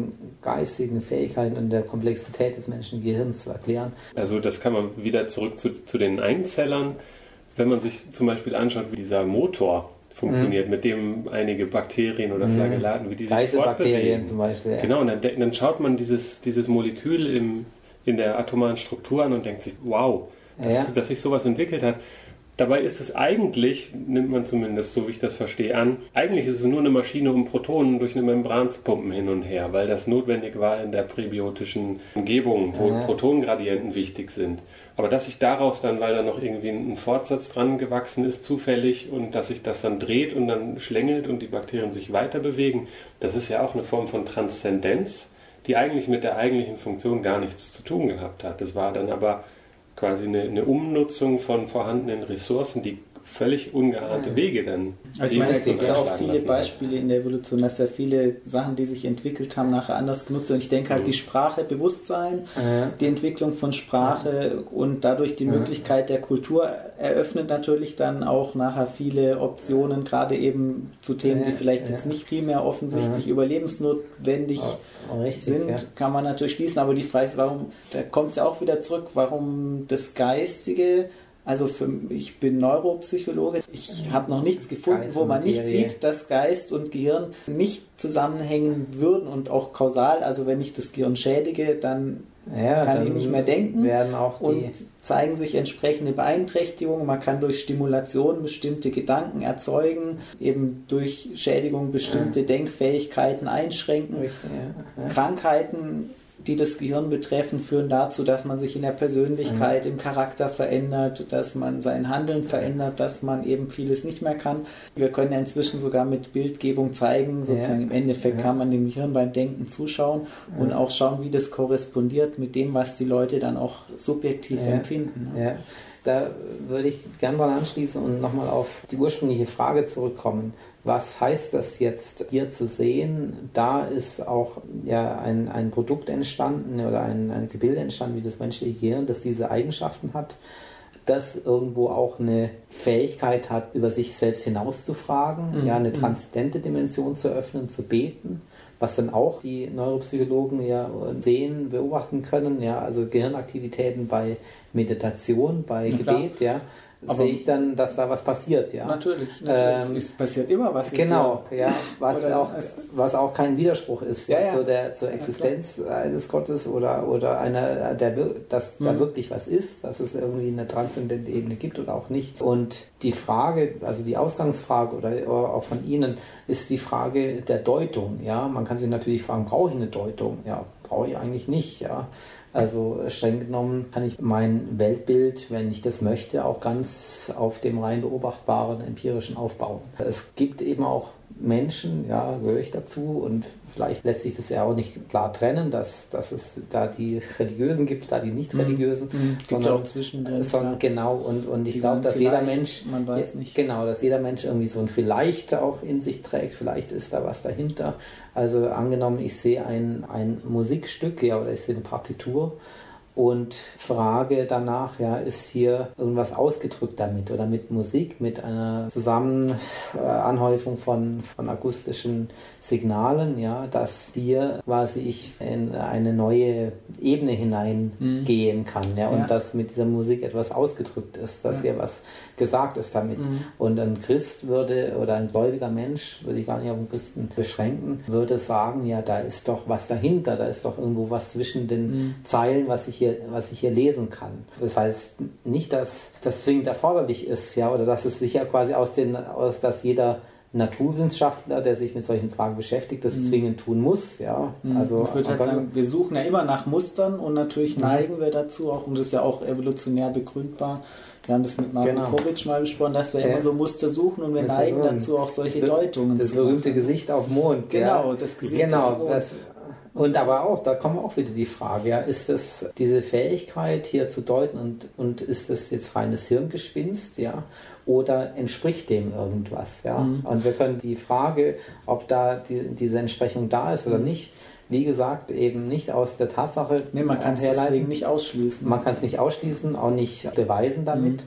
geistigen Fähigkeiten und der Komplexität des menschlichen Gehirns zu erklären. Also das kann man wieder zurück zu, zu den Einzellern, wenn man sich zum Beispiel anschaut, wie dieser Motor funktioniert, mhm. mit dem einige Bakterien oder Flagellaten, wie die sich fortbewegen. Zum Beispiel. Ja. Genau, und dann, dann schaut man dieses, dieses Molekül im, in der atomaren Struktur an und denkt sich, wow, dass, ja. dass sich sowas entwickelt hat. Dabei ist es eigentlich, nimmt man zumindest, so wie ich das verstehe, an, eigentlich ist es nur eine Maschine, um Protonen durch eine Membran zu pumpen hin und her, weil das notwendig war in der präbiotischen Umgebung, wo ja. Protonengradienten wichtig sind. Aber dass sich daraus dann, weil da noch irgendwie ein Fortsatz dran gewachsen ist, zufällig, und dass sich das dann dreht und dann schlängelt und die Bakterien sich weiter bewegen, das ist ja auch eine Form von Transzendenz, die eigentlich mit der eigentlichen Funktion gar nichts zu tun gehabt hat. Das war dann aber quasi eine, eine Umnutzung von vorhandenen Ressourcen, die völlig ungeahnte Wege dann. Also ich meine, da gibt es auch viele Beispiele in der Evolution, dass ja viele Sachen, die sich entwickelt haben, nachher anders genutzt werden. Und ich denke halt, die Sprache, Bewusstsein, ja. die Entwicklung von Sprache und dadurch die Möglichkeit der Kultur eröffnet natürlich dann auch nachher viele Optionen, gerade eben zu Themen, die vielleicht ja. jetzt nicht primär offensichtlich ja. überlebensnotwendig oh, richtig, sind, ja. kann man natürlich schließen. Aber die Frage ist, warum, da kommt es ja auch wieder zurück, warum das Geistige. Also für, ich bin Neuropsychologe, ich habe noch nichts gefunden, Geist wo man nicht sieht, dass Geist und Gehirn nicht zusammenhängen würden und auch kausal. Also wenn ich das Gehirn schädige, dann ja, kann dann ich nicht mehr denken werden auch die und zeigen sich entsprechende Beeinträchtigungen. Man kann durch Stimulation bestimmte Gedanken erzeugen, eben durch Schädigung bestimmte ja. Denkfähigkeiten einschränken. Richtig, ja. Ja. Krankheiten, die das Gehirn betreffen, führen dazu, dass man sich in der Persönlichkeit, mhm. im Charakter verändert, dass man sein Handeln verändert, dass man eben vieles nicht mehr kann. Wir können ja inzwischen sogar mit Bildgebung zeigen, sozusagen ja. im Endeffekt ja. kann man dem Gehirn beim Denken zuschauen ja. und auch schauen, wie das korrespondiert mit dem, was die Leute dann auch subjektiv ja. empfinden. Ne? Ja. Da würde ich gerne dran anschließen und nochmal auf die ursprüngliche Frage zurückkommen. Was heißt das jetzt hier zu sehen? Da ist auch ja, ein, ein Produkt entstanden oder ein, ein Gebilde entstanden, wie das menschliche Gehirn, das diese Eigenschaften hat, das irgendwo auch eine Fähigkeit hat, über sich selbst hinauszufragen, mhm. ja, eine transzendente Dimension zu öffnen, zu beten, was dann auch die Neuropsychologen ja sehen, beobachten können, ja, also Gehirnaktivitäten bei Meditation, bei ja, Gebet, ja. Aber sehe ich dann, dass da was passiert, ja. Natürlich, natürlich. Ähm, es passiert immer was. Genau, ja, was auch, was auch kein Widerspruch ist ja, ja. Zu der, zur Existenz ja, eines Gottes oder, oder einer, der, dass mhm. da wirklich was ist, dass es irgendwie eine transzendente Ebene gibt oder auch nicht. Und die Frage, also die Ausgangsfrage oder, oder auch von Ihnen, ist die Frage der Deutung, ja. Man kann sich natürlich fragen, brauche ich eine Deutung? Ja, brauche ich eigentlich nicht, ja. Also streng genommen kann ich mein Weltbild, wenn ich das möchte, auch ganz auf dem rein beobachtbaren, empirischen aufbauen. Es gibt eben auch Menschen, ja, gehöre ich dazu, und vielleicht lässt sich das ja auch nicht klar trennen, dass, dass es da die Religiösen gibt, da die Nicht-Religiösen, mhm. sondern, auch zwischen den, sondern ja. genau, und, und ich glaube, dass jeder Mensch, man weiß nicht. genau, dass jeder Mensch irgendwie so ein Vielleicht auch in sich trägt, vielleicht ist da was dahinter. Also angenommen, ich sehe ein, ein Musikstück, ja, oder ich sehe eine Partitur und frage danach, ja, ist hier irgendwas ausgedrückt damit oder mit Musik, mit einer Zusammenanhäufung von, von akustischen Signalen, ja, dass hier quasi ich in eine neue Ebene hineingehen mhm. kann, ja, und ja. dass mit dieser Musik etwas ausgedrückt ist, dass ja. hier was gesagt ist damit. Mhm. Und ein Christ würde, oder ein gläubiger Mensch, würde ich gar nicht auf den Christen beschränken, würde sagen, ja, da ist doch was dahinter, da ist doch irgendwo was zwischen den mhm. Zeilen, was ich hier was ich hier lesen kann. Das heißt nicht, dass das zwingend erforderlich ist, ja, oder dass es sich ja quasi aus den, aus, dass jeder Naturwissenschaftler, der sich mit solchen Fragen beschäftigt, das mhm. zwingend tun muss, ja. Mhm. Also ich würde halt sagen, wir suchen ja immer nach Mustern und natürlich mhm. neigen wir dazu auch, und das ist ja auch evolutionär begründbar. Wir haben das mit Marko genau. Kovic mal besprochen, dass wir ja. immer so Muster suchen und wir das neigen so dazu, auch solche das Deutungen das zu machen. Das berühmte Gesicht auf dem Mond. Genau, ja. das Gesicht genau, auf dem Mond. Das, Und aber auch, da kommt auch wieder die Frage, ja, ist das diese Fähigkeit hier zu deuten und, und ist das jetzt reines Hirngespinst, ja, oder entspricht dem irgendwas, ja? Mhm. Und wir können die Frage, ob da die, diese Entsprechung da ist oder mhm. nicht, wie gesagt, eben nicht aus der Tatsache nee, man kann es deswegen nicht ausschließen. Man kann es nicht ausschließen, auch nicht beweisen damit. Mhm.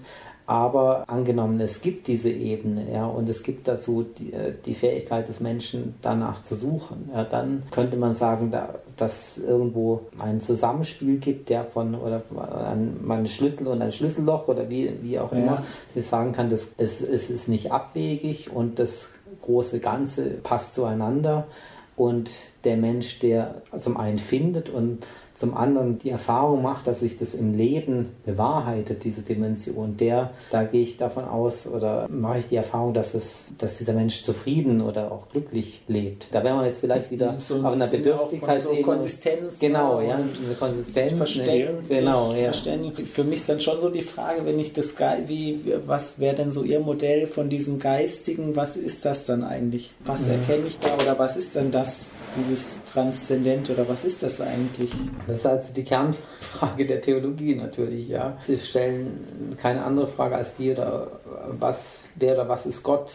Aber angenommen, es gibt diese Ebene, ja, und es gibt dazu die, die Fähigkeit des Menschen, danach zu suchen, ja, dann könnte man sagen, da, dass es irgendwo ein Zusammenspiel gibt, der von, oder ein, ein Schlüssel und ein Schlüsselloch oder wie, wie auch immer, ja. Die sagen kann, dass es, es ist nicht abwegig und das große Ganze passt zueinander. Und der Mensch, der zum einen findet und zum anderen die Erfahrung macht, dass sich das im Leben bewahrheitet, diese Dimension, der, da gehe ich davon aus oder mache ich die Erfahrung, dass es, dass dieser Mensch zufrieden oder auch glücklich lebt. Da wären wir jetzt vielleicht wieder so auf einer Bedürftigkeitsebene. So Konsistenz. Genau, ja, eine Konsistenz. Verständnis, genau, ja. Verständnis. Für mich ist dann schon so die Frage, wenn ich das, wie, was wäre denn so Ihr Modell von diesem Geistigen, was ist das dann eigentlich? Was mhm. erkenne ich da oder was ist denn das, dieses Transzendente oder was ist das eigentlich? Das ist also die Kernfrage der Theologie natürlich, ja. Sie stellen keine andere Frage als die, oder was, wer oder was ist Gott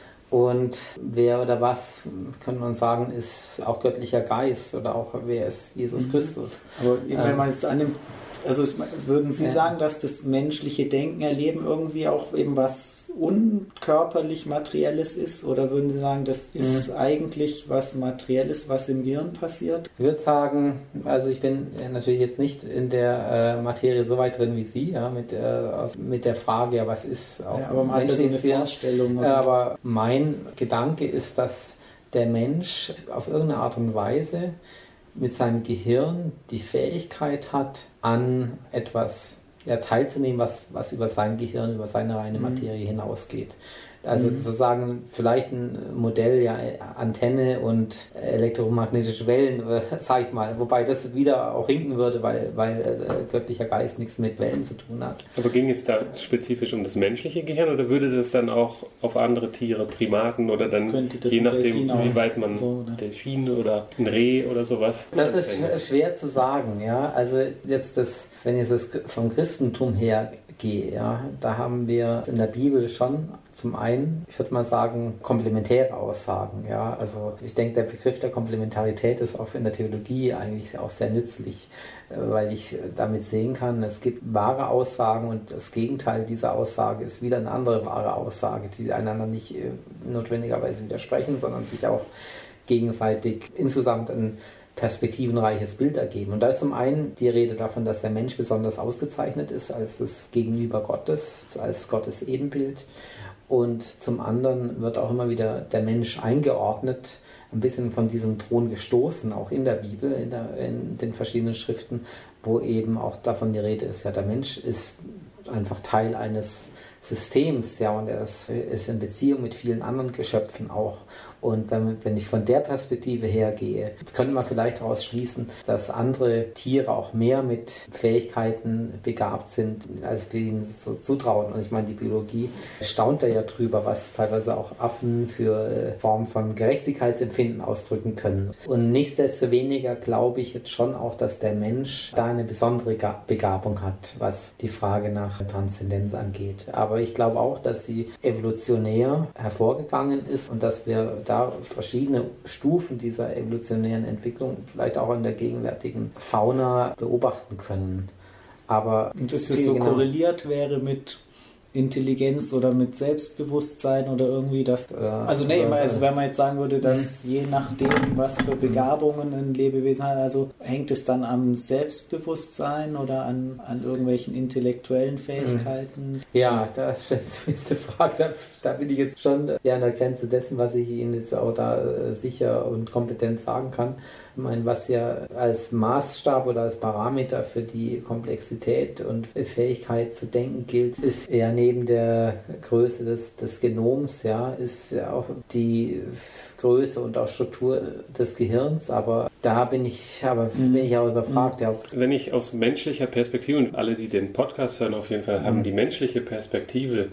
und wer oder was, kann man sagen, ist auch göttlicher Geist oder auch wer ist Jesus mhm. Christus. Aber wenn man jetzt annimmt, also würden Sie ja. sagen, dass das menschliche Denken, Erleben irgendwie auch eben was unkörperlich Materielles ist? Oder würden Sie sagen, das ist mhm. eigentlich was Materielles, was im Gehirn passiert? Ich würde sagen, also ich bin natürlich jetzt nicht in der äh, Materie so weit drin wie Sie, ja, mit, äh, mit der Frage, ja, was ist auch ja, aber man hat ja so eine Vorstellung. Oder? Aber mein Gedanke ist, dass der Mensch auf irgendeine Art und Weise mit seinem Gehirn die Fähigkeit hat, an etwas ja, teilzunehmen, was, was über sein Gehirn, über seine reine Materie mhm. hinausgeht. Also mhm. sozusagen vielleicht ein Modell, ja, Antenne und elektromagnetische Wellen, äh, sage ich mal, wobei das wieder auch hinken würde, weil, weil äh, göttlicher Geist nichts mit Wellen zu tun hat. Aber ging es da spezifisch um das menschliche Gehirn oder würde das dann auch auf andere Tiere, Primaten oder dann je nachdem, wie weit man so, oder? Delfine oder ein Reh oder sowas? Das ist sch- schwer zu sagen, ja. Also jetzt das, wenn ich das vom Christentum her gehe, ja, da haben wir in der Bibel schon zum einen, ich würde mal sagen, komplementäre Aussagen. Ja? Also ich denke, der Begriff der Komplementarität ist auch in der Theologie eigentlich auch sehr nützlich, weil ich damit sehen kann, es gibt wahre Aussagen und das Gegenteil dieser Aussage ist wieder eine andere wahre Aussage, die einander nicht notwendigerweise widersprechen, sondern sich auch gegenseitig insgesamt ein perspektivenreiches Bild ergeben. Und da ist zum einen die Rede davon, dass der Mensch besonders ausgezeichnet ist als das Gegenüber Gottes, als Gottes Ebenbild. Und zum anderen wird auch immer wieder der Mensch eingeordnet, ein bisschen von diesem Thron gestoßen, auch in der Bibel, in, der, in den verschiedenen Schriften, wo eben auch davon die Rede ist. Ja, der Mensch ist einfach Teil eines Systems, ja, und er ist, ist in Beziehung mit vielen anderen Geschöpfen auch. Und wenn, wenn ich von der Perspektive hergehe, könnte man vielleicht daraus schließen, dass andere Tiere auch mehr mit Fähigkeiten begabt sind, als wir ihnen so zutrauen. Und ich meine, die Biologie staunt da ja drüber, was teilweise auch Affen für Formen von Gerechtigkeitsempfinden ausdrücken können. Und nichtsdestoweniger glaube ich jetzt schon auch, dass der Mensch da eine besondere Begabung hat, was die Frage nach Transzendenz angeht. Aber ich glaube auch, dass sie evolutionär hervorgegangen ist und dass wir da verschiedene Stufen dieser evolutionären Entwicklung vielleicht auch in der gegenwärtigen Fauna beobachten können. Aber und dass das so genau korreliert wäre mit Intelligenz oder mit Selbstbewusstsein oder irgendwie das. Also nee, also wenn man jetzt sagen würde, dass je nachdem, was für Begabungen ein Lebewesen hat, also hängt es dann am Selbstbewusstsein oder an, an irgendwelchen intellektuellen Fähigkeiten? Ja, da stellt sich jetzt eine Frage, da, da bin ich jetzt schon ja, an der Grenze dessen, was ich Ihnen jetzt auch da sicher und kompetent sagen kann. Ich meine, was ja als Maßstab oder als Parameter für die Komplexität und Fähigkeit zu denken gilt, ist eher neben der Größe des, des Genoms, ja, ist ja auch die Größe und auch Struktur des Gehirns, aber da bin ich, aber bin ich auch überfragt. Ja. Wenn ich aus menschlicher Perspektive, und alle, die den Podcast hören, auf jeden Fall haben mhm. die menschliche Perspektive.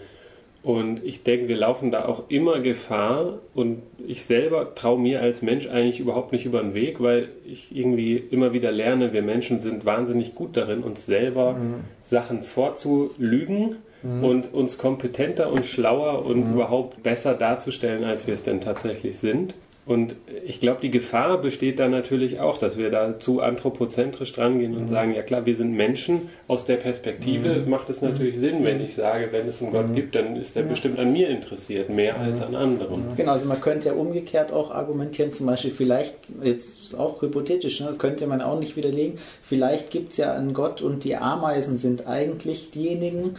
Und ich denke, wir laufen da auch immer Gefahr und ich selber traue mir als Mensch eigentlich überhaupt nicht über den Weg, weil ich irgendwie immer wieder lerne, wir Menschen sind wahnsinnig gut darin, uns selber mhm. Sachen vorzulügen mhm. und uns kompetenter und schlauer und mhm. überhaupt besser darzustellen, als wir es denn tatsächlich sind. Und ich glaube, die Gefahr besteht da natürlich auch, dass wir da zu anthropozentrisch drangehen und mhm. sagen, ja klar, wir sind Menschen. Aus der Perspektive mhm. macht es natürlich mhm. Sinn, wenn ich sage, wenn es einen Gott mhm. gibt, dann ist er ja. bestimmt an mir interessiert, mehr mhm. als an anderen. Genau, also man könnte ja umgekehrt auch argumentieren, zum Beispiel vielleicht, jetzt auch hypothetisch, ne, das könnte man auch nicht widerlegen, vielleicht gibt es ja einen Gott und die Ameisen sind eigentlich diejenigen,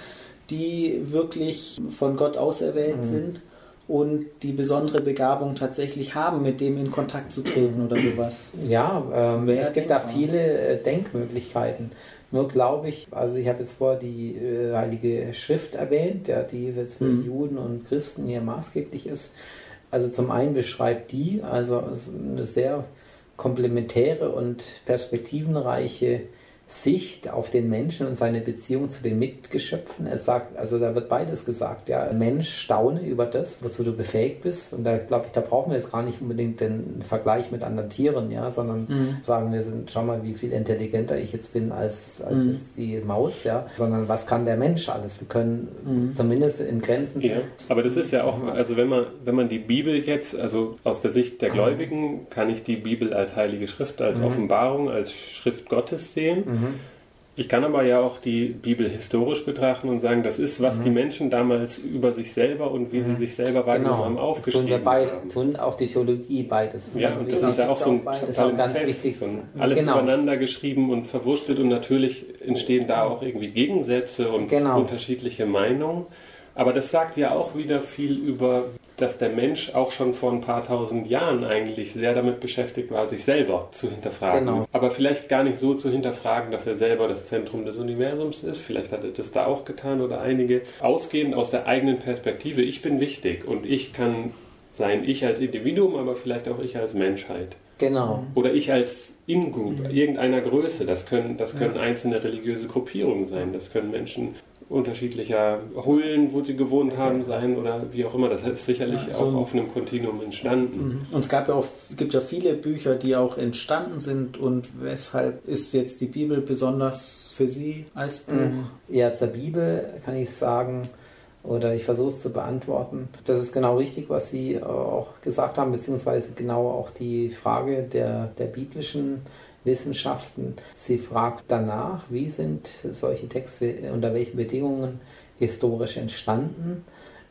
die wirklich von Gott auserwählt mhm. sind und die besondere Begabung tatsächlich haben, mit dem in Kontakt zu treten oder sowas. Ja, ähm, es gibt denkbar. da viele äh, Denkmöglichkeiten. Nur glaube ich, also ich habe jetzt vorher die äh, Heilige Schrift erwähnt, ja, die jetzt für mhm. Juden und Christen hier maßgeblich ist. Also zum einen beschreibt die also eine sehr komplementäre und perspektivenreiche Sicht auf den Menschen und seine Beziehung zu den Mitgeschöpfen. Er sagt, also da wird beides gesagt, ja, Mensch, staune über das, wozu du befähigt bist. Und da glaube ich, da brauchen wir jetzt gar nicht unbedingt den Vergleich mit anderen Tieren, ja, sondern mhm. sagen wir sind, schau mal, wie viel intelligenter ich jetzt bin als, als mhm. jetzt die Maus, ja, sondern was kann der Mensch alles? Wir können mhm. zumindest in Grenzen. Ja, aber das ist ja auch, also wenn man, wenn man die Bibel jetzt, also aus der Sicht der Gläubigen, kann ich die Bibel als Heilige Schrift, als mhm. Offenbarung, als Schrift Gottes sehen. Mhm. Ich kann aber ja auch die Bibel historisch betrachten und sagen, das ist, was mhm. die Menschen damals über sich selber und wie mhm. sie sich selber wahrgenommen genau. haben, aufgeschrieben tun wir beide, haben. Tun auch die Theologie beides. Das ja, und das ist ja auch so ein ganz wichtig. Alles genau. übereinander geschrieben und verwurstelt und natürlich entstehen da auch irgendwie Gegensätze und genau. unterschiedliche Meinungen. Aber das sagt ja auch wieder viel über, dass der Mensch auch schon vor ein paar tausend Jahren eigentlich sehr damit beschäftigt war, sich selber zu hinterfragen. Genau. Aber vielleicht gar nicht so zu hinterfragen, dass er selber das Zentrum des Universums ist. Vielleicht hat er das da auch getan oder einige. Ausgehend aus der eigenen Perspektive, ich bin wichtig und ich kann sein, ich als Individuum, aber vielleicht auch ich als Menschheit. Genau. Oder ich als In-Group, mhm. irgendeiner Größe. Das können, das können ja. einzelne religiöse Gruppierungen sein. Das können Menschen unterschiedlicher Hullen, wo sie gewohnt haben, sein oder wie auch immer. Das ist sicherlich ja, so auch auf einem Kontinuum entstanden. Und es gab ja auch, gibt ja viele Bücher, die auch entstanden sind. Und weshalb ist jetzt die Bibel besonders für Sie als Buch? Ja, zur Bibel kann ich sagen, oder ich versuche es zu beantworten. Das ist genau richtig, was Sie auch gesagt haben, beziehungsweise genau auch die Frage der, der biblischen Wissenschaften. Sie fragt danach, wie sind solche Texte, unter welchen Bedingungen historisch entstanden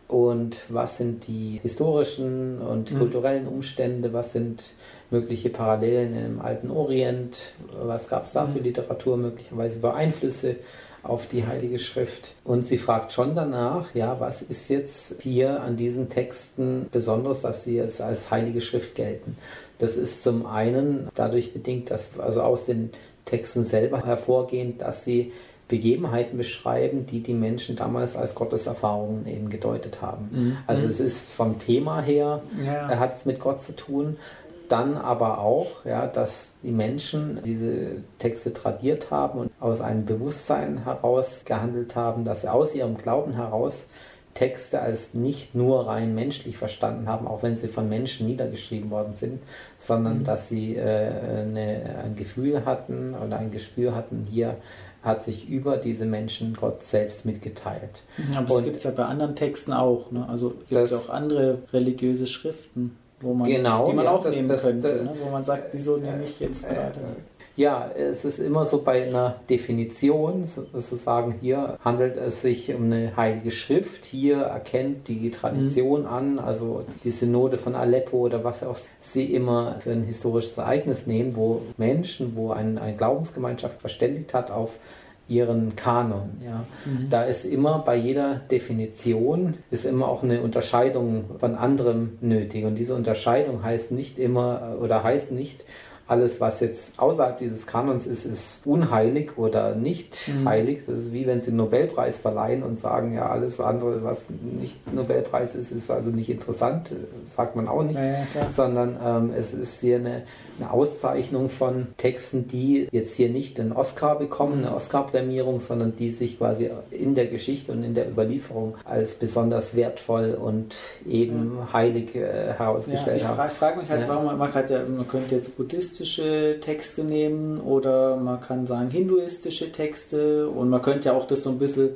und was sind die historischen und mhm. kulturellen Umstände, was sind mögliche Parallelen im alten Orient, was gab es da für Literatur, möglicherweise für Einflüsse auf die Heilige Schrift. Und sie fragt schon danach, ja, was ist jetzt hier an diesen Texten besonders, dass sie es als Heilige Schrift gelten. Das ist zum einen dadurch bedingt, dass also aus den Texten selber hervorgehend, dass sie Begebenheiten beschreiben, die die Menschen damals als Gotteserfahrungen eben gedeutet haben. Mhm. Also es ist vom Thema her, ja. hat es mit Gott zu tun. Dann aber auch, ja, dass die Menschen diese Texte tradiert haben und aus einem Bewusstsein heraus gehandelt haben, dass sie aus ihrem Glauben heraus Texte als nicht nur rein menschlich verstanden haben, auch wenn sie von Menschen niedergeschrieben worden sind, sondern mhm. dass sie äh, eine, ein Gefühl hatten oder ein Gespür hatten, hier hat sich über diese Menschen Gott selbst mitgeteilt. Ja, aber und das gibt es ja bei anderen Texten auch. Ne? Also es gibt ja auch andere religiöse Schriften, wo man, genau, die man ja, auch das, nehmen das, könnte, das, ne? Wo man sagt, wieso nehme ich jetzt äh, gerade... Ja, es ist immer so bei einer Definition, sozusagen hier handelt es sich um eine heilige Schrift, hier erkennt die Tradition mhm. an, also die Synode von Aleppo oder was auch sie immer für ein historisches Ereignis nehmen, wo Menschen, wo ein, eine Glaubensgemeinschaft verständigt hat auf ihren Kanon. Ja. Mhm. Da ist immer bei jeder Definition ist immer auch eine Unterscheidung von anderem nötig und diese Unterscheidung heißt nicht immer oder heißt nicht, alles, was jetzt außerhalb dieses Kanons ist, ist unheilig oder nicht mhm. heilig. Das ist wie wenn sie einen Nobelpreis verleihen und sagen, ja, alles andere, was nicht Nobelpreis ist, ist also nicht interessant. Das sagt man auch nicht. Ja, ja, sondern ähm, es ist hier eine, eine Auszeichnung von Texten, die jetzt hier nicht einen Oscar bekommen, eine Oscar-Prämierung, sondern die sich quasi in der Geschichte und in der Überlieferung als besonders wertvoll und eben ja. heilig äh, herausgestellt ja, ich haben. Ich frage mich halt, ja. warum man, man, ja, man könnte jetzt buddhistische Texte nehmen oder man kann sagen hinduistische Texte und man könnte ja auch das so ein bisschen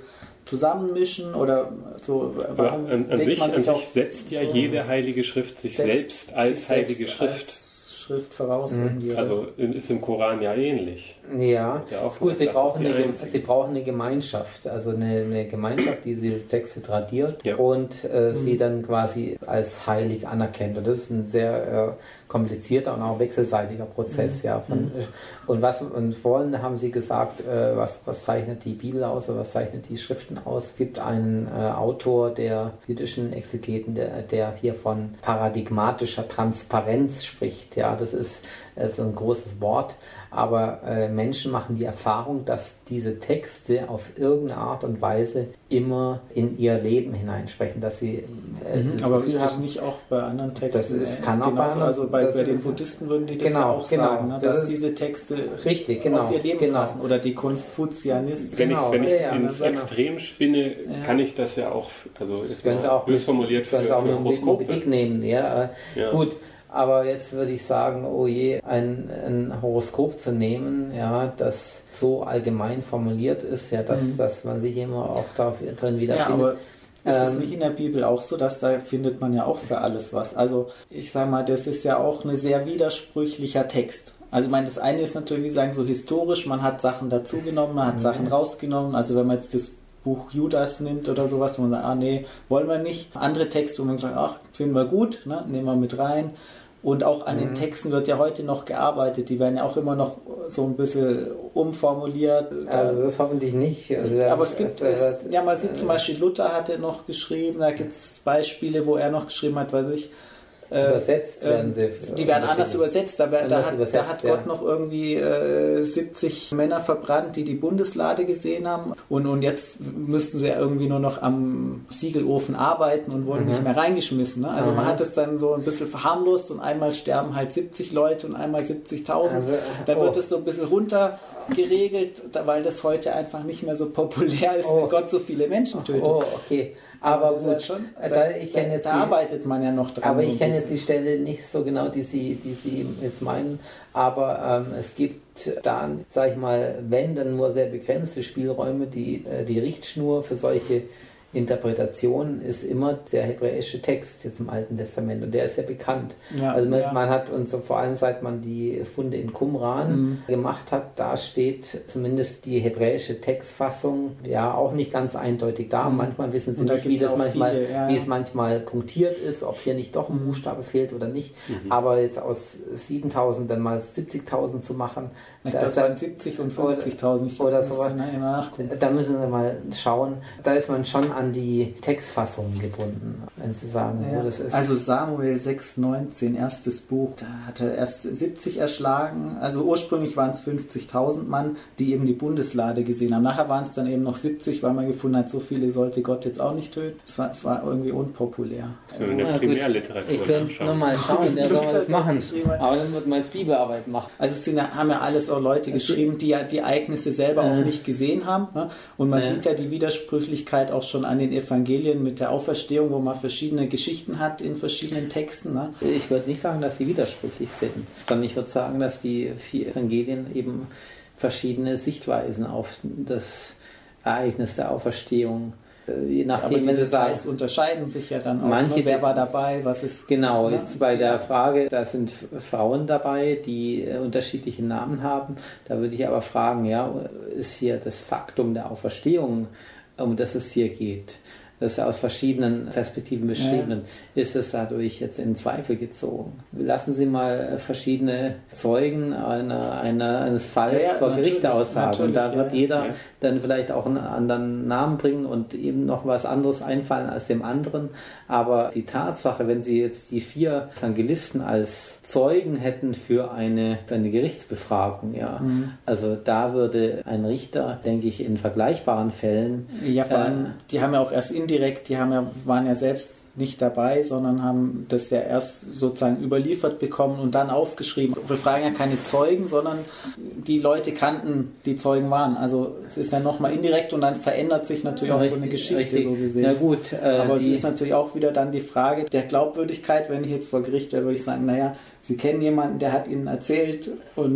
zusammenmischen oder so. Aber an, an sich, an sich setzt ja so jede heilige Schrift sich selbst als sich heilige selbst Schrift. Als Schrift voraus. Mhm. Irgendwie, Also ist im Koran ja ähnlich. Ja, ja auch ist gut, gesagt, sie das brauchen, ist die eine, einzige. sie brauchen eine Gemeinschaft, also eine, eine Gemeinschaft, die diese Texte tradiert Ja. und äh, Mhm. sie dann quasi als heilig anerkennt. Und das ist ein sehr äh, komplizierter und auch wechselseitiger Prozess. Mhm. Ja, von, Mhm. und, was, und vorhin haben Sie gesagt, äh, was, was zeichnet die Bibel aus oder was zeichnet die Schriften aus? Es gibt einen äh, Autor der jüdischen Exegeten, der, der hier von paradigmatischer Transparenz spricht. Ja, das ist, das ist ein großes Wort, aber äh, Menschen machen die Erfahrung, dass diese Texte auf irgendeine Art und Weise immer in ihr Leben hineinsprechen, dass sie äh, Mhm, das aber Gefühl ist das haben, nicht auch bei anderen Texten? Das ist- äh, kann auch bei genauso? anderen- Also bei, das bei den ist- Buddhisten würden die das Genau, ja auch genau. sagen, ne, Das dass ist- diese Texte richtig, genau, auf ihr Leben genau. passen. Oder die Konfuzianisten. Wenn Genau, ich wenn ja, ich ja, ins genau. Extrem spinne, Ja. kann ich das ja auch, also ist können Sie mal auch bös mit, formuliert für, können Sie auch für mit Moby Horoskope. Dick nehmen. Ja, äh, Ja. Gut, aber jetzt würde ich sagen, oh je, ein, ein Horoskop zu nehmen, ja, das so allgemein formuliert ist, ja, dass, Mhm. dass man sich immer auch da drin Ja, wiederfindet. aber ist es Ähm, nicht in der Bibel auch so, dass da findet man ja auch für alles was? Also ich sag mal, das ist ja auch ein sehr widersprüchlicher Text. Also ich meine, das eine ist natürlich, wie Sie sagen, so historisch, man hat Sachen dazugenommen, man hat Mhm. Sachen rausgenommen. Also wenn man jetzt das Buch Judas nimmt oder sowas, wo man sagt, ah nee, wollen wir nicht. Andere Texte, wo man sagt, ach, finden wir gut, ne, nehmen wir mit rein. Und auch an Mhm. den Texten wird ja heute noch gearbeitet. Die werden ja auch immer noch so ein bisschen umformuliert. also das hoffentlich nicht. Also, Aber es gibt, äh, es, ja, man sieht zum Beispiel, Luther hatte noch geschrieben, da gibt es Beispiele, wo er noch geschrieben hat, weiß ich. äh, Übersetzt werden sie. ähm, Die werden anders übersetzt, da, wär, da, Anders hat, übersetzt, da hat ja. Gott noch irgendwie äh, siebzig Männer verbrannt, die die Bundeslade gesehen haben und, und jetzt müssten sie ja irgendwie nur noch am Siegelofen arbeiten und wurden Mhm. nicht mehr reingeschmissen. Ne? Also Mhm. man hat es dann so ein bisschen verharmlost und einmal sterben halt siebzig Leute und einmal siebzigtausend. Also, Da wird oh. es so ein bisschen runter geregelt, da- weil das heute einfach nicht mehr so populär ist, Oh. wenn Gott so viele Menschen tötet. Oh, okay. Aber das ist ja gut, schon, da, da, ich kenne jetzt da die, arbeitet man ja noch dran. aber so ich ein kenne jetzt die bisschen. Stelle nicht so genau, die Sie, die Sie jetzt meinen. Aber ähm, es gibt da, sage ich mal, wenn, dann nur sehr begrenzte Spielräume. Die, äh, die Richtschnur für solche Interpretationen ist immer der hebräische Text jetzt im Alten Testament und der ist ja bekannt. Ja, also man, ja. man hat, und so vor allem seit man die Funde in Qumran Mhm. gemacht hat, da steht zumindest die hebräische Textfassung ja auch nicht ganz eindeutig da. Mhm. Manchmal wissen sie Und da nicht, wie gibt's das auch manchmal, viele, ja, wie ja. es manchmal punktiert ist, ob hier nicht doch ein Mhm. Buchstabe fehlt oder nicht. Aber jetzt aus siebentausend dann mal siebzigtausend zu machen, Ich da glaube, ist es dann- waren siebzig und fünfzigtausend. Ich oder muss sowas. nachher nachgucken. da müssen wir mal schauen. Da ist man schon an die Textfassungen gebunden, wenn Sie sagen, Ja. wo das ist. Also Samuel sechs neunzehn, erstes Buch, da hat er erst siebzig erschlagen. Also ursprünglich waren es fünfzigtausend Mann, die eben die Bundeslade gesehen haben. Nachher waren es dann eben noch siebzig, weil man gefunden hat, so viele sollte Gott jetzt auch nicht töten. Das war, war irgendwie unpopulär. So in der Na gut, Primärliteratur. ich könnte nachschauen. nochmal schauen, der soll Luther das machen. geschrieben hat. Aber dann wird man jetzt Bibelarbeit machen. Also es sind ja, haben ja alles auch Leute Es geschrieben, die ja die Ereignisse selber auch Äh. nicht gesehen haben. Ne? Und man Äh. sieht ja die Widersprüchlichkeit auch schon an den Evangelien mit der Auferstehung, wo man verschiedene Geschichten hat in verschiedenen Texten. Ne? Ich würde nicht sagen, dass sie widersprüchlich sind, sondern ich würde sagen, dass die vier Evangelien eben verschiedene Sichtweisen auf das Ereignis der Auferstehung, äh, je Aber nachdem, die wenn sie sagen, Details unterscheiden sich ja dann auch. Manche ne? Wer De- war dabei, was ist... genau, ne? jetzt bei der Frage, da sind Frauen dabei, die äh, unterschiedliche Namen haben, da würde ich aber fragen, ja, ist hier das Faktum der Auferstehung, um das es hier geht, das aus verschiedenen Perspektiven beschrieben, ja. Ist es dadurch jetzt in Zweifel gezogen? Lassen Sie mal verschiedene Zeugen einer, einer, eines Falls Ja, ja, vor Gericht natürlich, aussagen und da natürlich, wird ja, jeder ja. dann vielleicht auch einen anderen Namen bringen und eben noch was anderes einfallen als dem anderen. Aber die Tatsache, wenn Sie jetzt die vier Evangelisten als Zeugen hätten für eine, für eine Gerichtsbefragung, ja, Mhm. also da würde ein Richter, denke ich, in vergleichbaren Fällen Ja, vor allem, äh, die haben ja auch erst indirekt, die haben ja, waren ja selbst nicht dabei, sondern haben das ja erst sozusagen überliefert bekommen und dann aufgeschrieben. Wir fragen ja keine Zeugen, sondern die Leute kannten, die Zeugen waren. Also es ist ja nochmal indirekt und dann verändert sich natürlich auch so eine Geschichte, richtig. so gesehen. Na gut, äh, Aber die, es ist natürlich auch wieder dann die Frage der Glaubwürdigkeit. Wenn ich jetzt vor Gericht wäre, würde ich sagen, naja, Sie kennen jemanden, der hat Ihnen erzählt und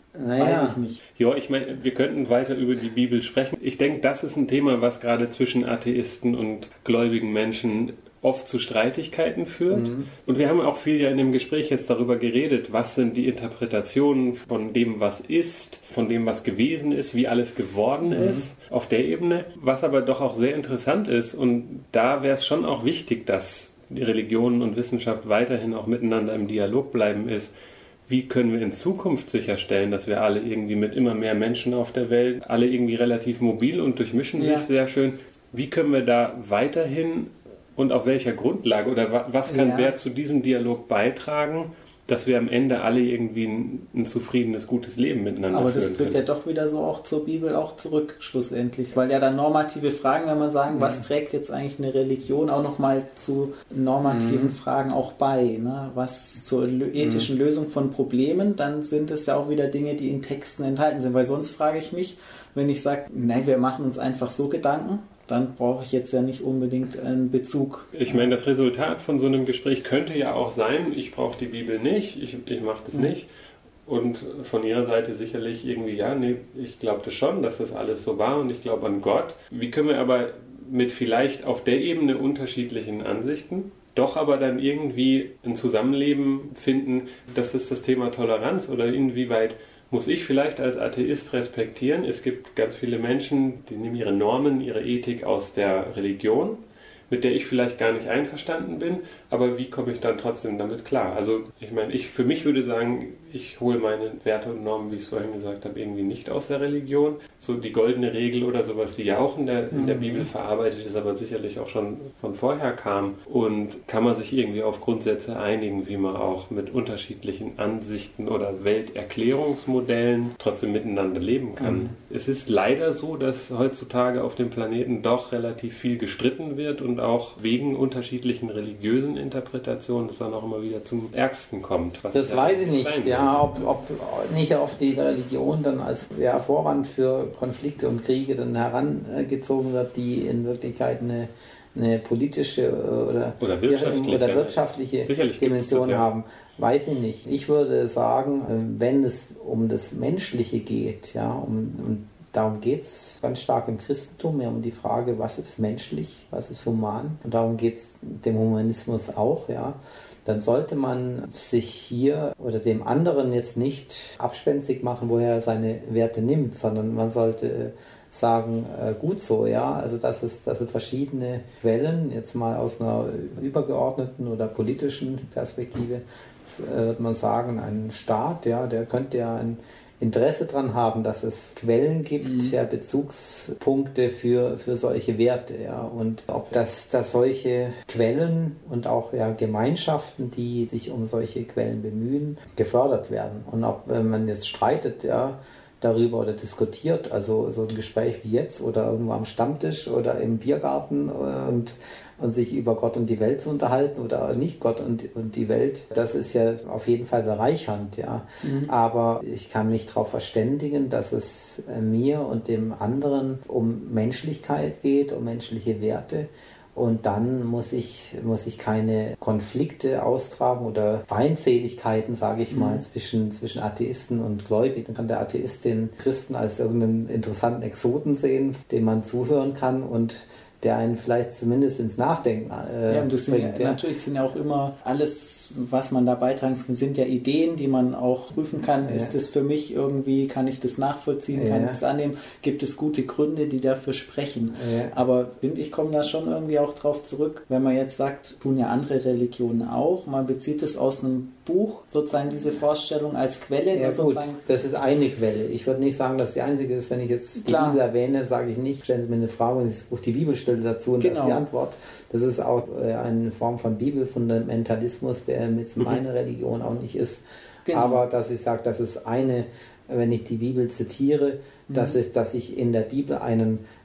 Naja. Weiß ich nicht. Ja, ich meine, wir könnten weiter über die Bibel sprechen. Ich denke, das ist ein Thema, was gerade zwischen Atheisten und gläubigen Menschen oft zu Streitigkeiten führt. Mhm. Und wir haben auch viel ja in dem Gespräch jetzt darüber geredet, was sind die Interpretationen von dem, was ist, von dem, was gewesen ist, wie alles geworden mhm. ist, auf der Ebene. Was aber doch auch sehr interessant ist, und da wäre es schon auch wichtig, dass die Religion und Wissenschaft weiterhin auch miteinander im Dialog bleiben, ist, wie können wir in Zukunft sicherstellen, dass wir alle irgendwie mit immer mehr Menschen auf der Welt, alle irgendwie relativ mobil und durchmischen ja. sich sehr schön. Wie können wir da weiterhin und auf welcher Grundlage oder was kann ja. wer zu diesem Dialog beitragen, dass wir am Ende alle irgendwie ein, ein zufriedenes, gutes Leben miteinander Aber führen das führt können. ja doch wieder so auch zur Bibel auch zurück, schlussendlich. Weil ja dann normative Fragen, wenn man sagen, mhm. was trägt jetzt eigentlich eine Religion, auch nochmal zu normativen mhm. Fragen auch bei. Ne? Was zur ethischen mhm. Lösung von Problemen, dann sind es ja auch wieder Dinge, die in Texten enthalten sind. Weil sonst frage ich mich, wenn ich sage, nein, wir machen uns einfach so Gedanken, dann brauche ich jetzt ja nicht unbedingt einen Bezug. Ich meine, das Resultat von so einem Gespräch könnte ja auch sein, ich brauche die Bibel nicht, ich, ich mache das mhm. nicht. Und von Ihrer Seite sicherlich irgendwie, ja, nee, ich glaube das schon, dass das alles so war und ich glaube an Gott. Wie können wir aber mit vielleicht auf der Ebene unterschiedlichen Ansichten doch aber dann irgendwie ein Zusammenleben finden, das ist das Thema Toleranz oder inwieweit muss ich vielleicht als Atheist respektieren. Es gibt ganz viele Menschen, die nehmen ihre Normen, ihre Ethik aus der Religion, mit der ich vielleicht gar nicht einverstanden bin, aber wie komme ich dann trotzdem damit klar? Also ich meine, ich für mich würde sagen, ich hole meine Werte und Normen, wie ich es vorhin gesagt habe, irgendwie nicht aus der Religion. So die goldene Regel oder sowas, die ja auch in der, in der mhm. Bibel verarbeitet ist, aber sicherlich auch schon von vorher kam. Und kann man sich irgendwie auf Grundsätze einigen, wie man auch mit unterschiedlichen Ansichten oder Welterklärungsmodellen trotzdem miteinander leben kann. Mhm. Es ist leider so, dass heutzutage auf dem Planeten doch relativ viel gestritten wird und auch wegen unterschiedlichen religiösen Interpretationen es dann auch immer wieder zum Ärgsten kommt. Was das weiß ich nicht, ja, ob, ob nicht auf die Religion dann als ja, Vorwand für Konflikte und Kriege dann herangezogen wird, die in Wirklichkeit eine, eine politische oder, oder wirtschaftliche, oder wirtschaftliche Dimension haben. Weiß ich nicht. Ich würde sagen, wenn es um das Menschliche geht, ja, um, um darum geht es ganz stark im Christentum, mehr um die Frage, was ist menschlich, was ist human. Und darum geht es dem Humanismus auch, ja. Dann sollte man sich hier oder dem anderen jetzt nicht abspenstig machen, woher er seine Werte nimmt, sondern man sollte sagen, äh, gut so, ja. Also dass es, dass es verschiedene Quellen, jetzt mal aus einer übergeordneten oder politischen Perspektive, äh, wird man sagen, ein Staat, ja, der könnte ja ein Interesse daran haben, dass es Quellen gibt, mhm. ja, Bezugspunkte für, für solche Werte. Ja. Und ob das, dass solche Quellen und auch ja, Gemeinschaften, die sich um solche Quellen bemühen, gefördert werden. Und ob wenn man jetzt streitet, ja, darüber oder diskutiert, also so ein Gespräch wie jetzt oder irgendwo am Stammtisch oder im Biergarten und, und sich über Gott und die Welt zu unterhalten oder nicht Gott und, und die Welt, das ist ja auf jeden Fall bereichernd, ja. Mhm. Aber ich kann mich darauf verständigen, dass es mir und dem anderen um Menschlichkeit geht, um menschliche Werte. Und dann muss ich, muss ich keine Konflikte austragen oder Feindseligkeiten, sage ich mal, mhm. zwischen, zwischen Atheisten und Gläubigen. Dann kann der Atheist den Christen als irgendeinen interessanten Exoten sehen, dem man zuhören kann und der einen vielleicht zumindest ins Nachdenken äh, ja, und das bringt. Sind ja, ja. Natürlich sind ja auch immer alles, was man da beitragen kann, sind ja Ideen, die man auch prüfen kann. Ja. Ist das für mich irgendwie, kann ich das nachvollziehen, ja. kann ich das annehmen? Gibt es gute Gründe, die dafür sprechen? Ja. Aber ich komme da schon irgendwie auch drauf zurück, wenn man jetzt sagt, tun ja andere Religionen auch, man bezieht es aus einem Buch, sozusagen diese Vorstellung als Quelle. Ja gut, das ist eine Quelle. Ich würde nicht sagen, dass die einzige ist. Wenn ich jetzt die Klar. Bibel erwähne, sage ich nicht, stellen Sie mir eine Frage und ich rufe die Bibelstelle dazu und genau. das ist die Antwort. Das ist auch eine Form von Bibelfundamentalismus, der mit mhm. meiner Religion auch nicht ist. Genau. Aber dass ich sage, das ist eine, wenn ich die Bibel zitiere, mhm. das ist, dass ich in der Bibel einen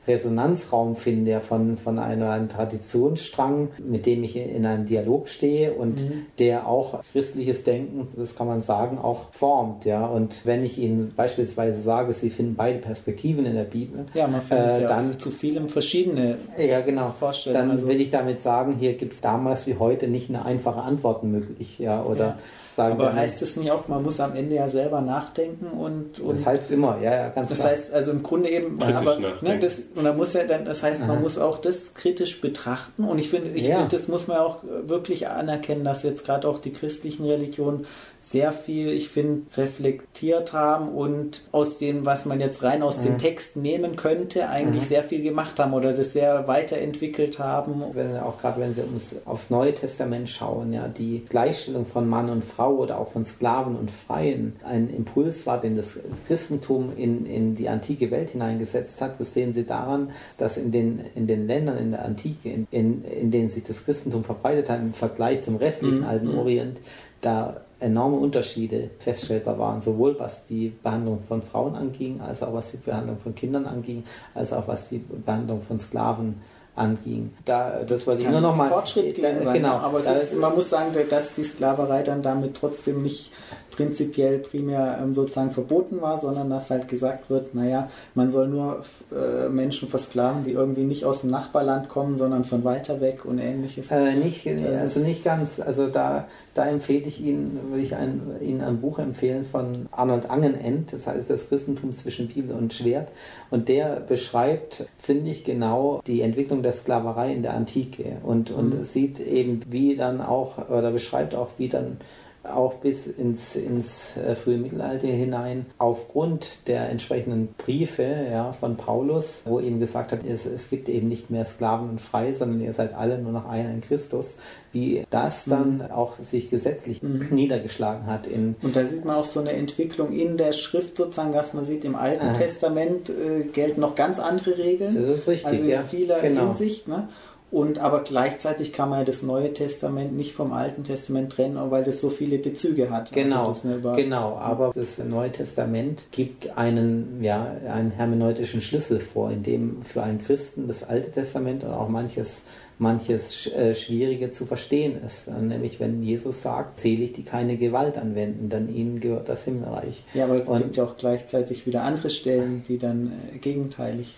Resonanzraum finde, ja, von, von einem, einem Traditionsstrang, mit dem ich in einem Dialog stehe und mhm. der auch christliches Denken, das kann man sagen, auch formt. Ja. Und wenn ich Ihnen beispielsweise sage, Sie finden beide Perspektiven in der Bibel, ja, man findet äh, ja dann zu vielem verschiedene ja, genau. Vorstellungen. Dann also, will ich damit sagen, hier gibt es damals wie heute nicht eine einfache Antwort möglich. Ja, oder ja. sagen aber heißt es nicht auch, man muss am Ende ja selber nachdenken und, und das heißt immer, ja, ja, ganz das klar. heißt also im Grunde eben, kritisch aber ne, das und dann muss ja dann, das heißt, man Aha. muss auch das kritisch betrachten und ich finde, ich ja. finde, das muss man auch wirklich anerkennen, dass jetzt gerade auch die christlichen Religionen sehr viel, ich finde, reflektiert haben und aus dem, was man jetzt rein aus mhm. dem Text nehmen könnte, eigentlich mhm. sehr viel gemacht haben oder das sehr weiterentwickelt haben. Wenn, auch gerade wenn Sie ums, aufs Neue Testament schauen, ja, die Gleichstellung von Mann und Frau oder auch von Sklaven und Freien ein Impuls war, den das Christentum in, in die antike Welt hineingesetzt hat. Das sehen Sie daran, dass in den, in den Ländern in der Antike, in, in, in denen sich das Christentum verbreitet hat, im Vergleich zum restlichen mhm. Alten Orient, da enorme Unterschiede feststellbar waren, sowohl was die Behandlung von Frauen anging, als auch was die Behandlung von Kindern anging, als auch was die Behandlung von Sklaven anging. Da, das wollte ich nur noch mal... Fortschritt da, sein, genau, aber es ist, man muss sagen, dass die Sklaverei dann damit trotzdem nicht prinzipiell primär ähm, sozusagen verboten war, sondern dass halt gesagt wird, naja, man soll nur äh, Menschen versklaven, die irgendwie nicht aus dem Nachbarland kommen, sondern von weiter weg und ähnliches. Äh, nicht, also nicht ganz, also da, da empfehle ich Ihnen, würde ich ein, Ihnen ein Buch empfehlen von Arnold Angenent, das heißt das Christentum zwischen Bibel und Schwert, und der beschreibt ziemlich genau die Entwicklung der Sklaverei in der Antike und, und mhm. sieht eben, wie dann auch, oder beschreibt auch, wie dann auch bis ins, ins äh, frühe Mittelalter hinein, aufgrund der entsprechenden Briefe ja, von Paulus, wo ihm gesagt hat, es, es gibt eben nicht mehr Sklaven und Freie, sondern ihr seid alle nur noch einer in Christus, wie das dann mhm. auch sich gesetzlich mhm. niedergeschlagen hat. In und da sieht man auch so eine Entwicklung in der Schrift sozusagen, dass man sieht, im Alten ah. Testament äh, gelten noch ganz andere Regeln. Das ist richtig, also in ja. vieler genau. Hinsicht, ne? Und aber gleichzeitig kann man ja das Neue Testament nicht vom Alten Testament trennen, weil das so viele Bezüge hat. Genau, also genau. Aber das Neue Testament gibt einen, ja, einen hermeneutischen Schlüssel vor, in dem für einen Christen das Alte Testament und auch manches, manches äh, Schwierige zu verstehen ist. Nämlich wenn Jesus sagt, selig, die keine Gewalt anwenden, dann ihnen gehört das Himmelreich. Ja, aber es und, gibt ja auch gleichzeitig wieder andere Stellen, die dann äh, gegenteilig.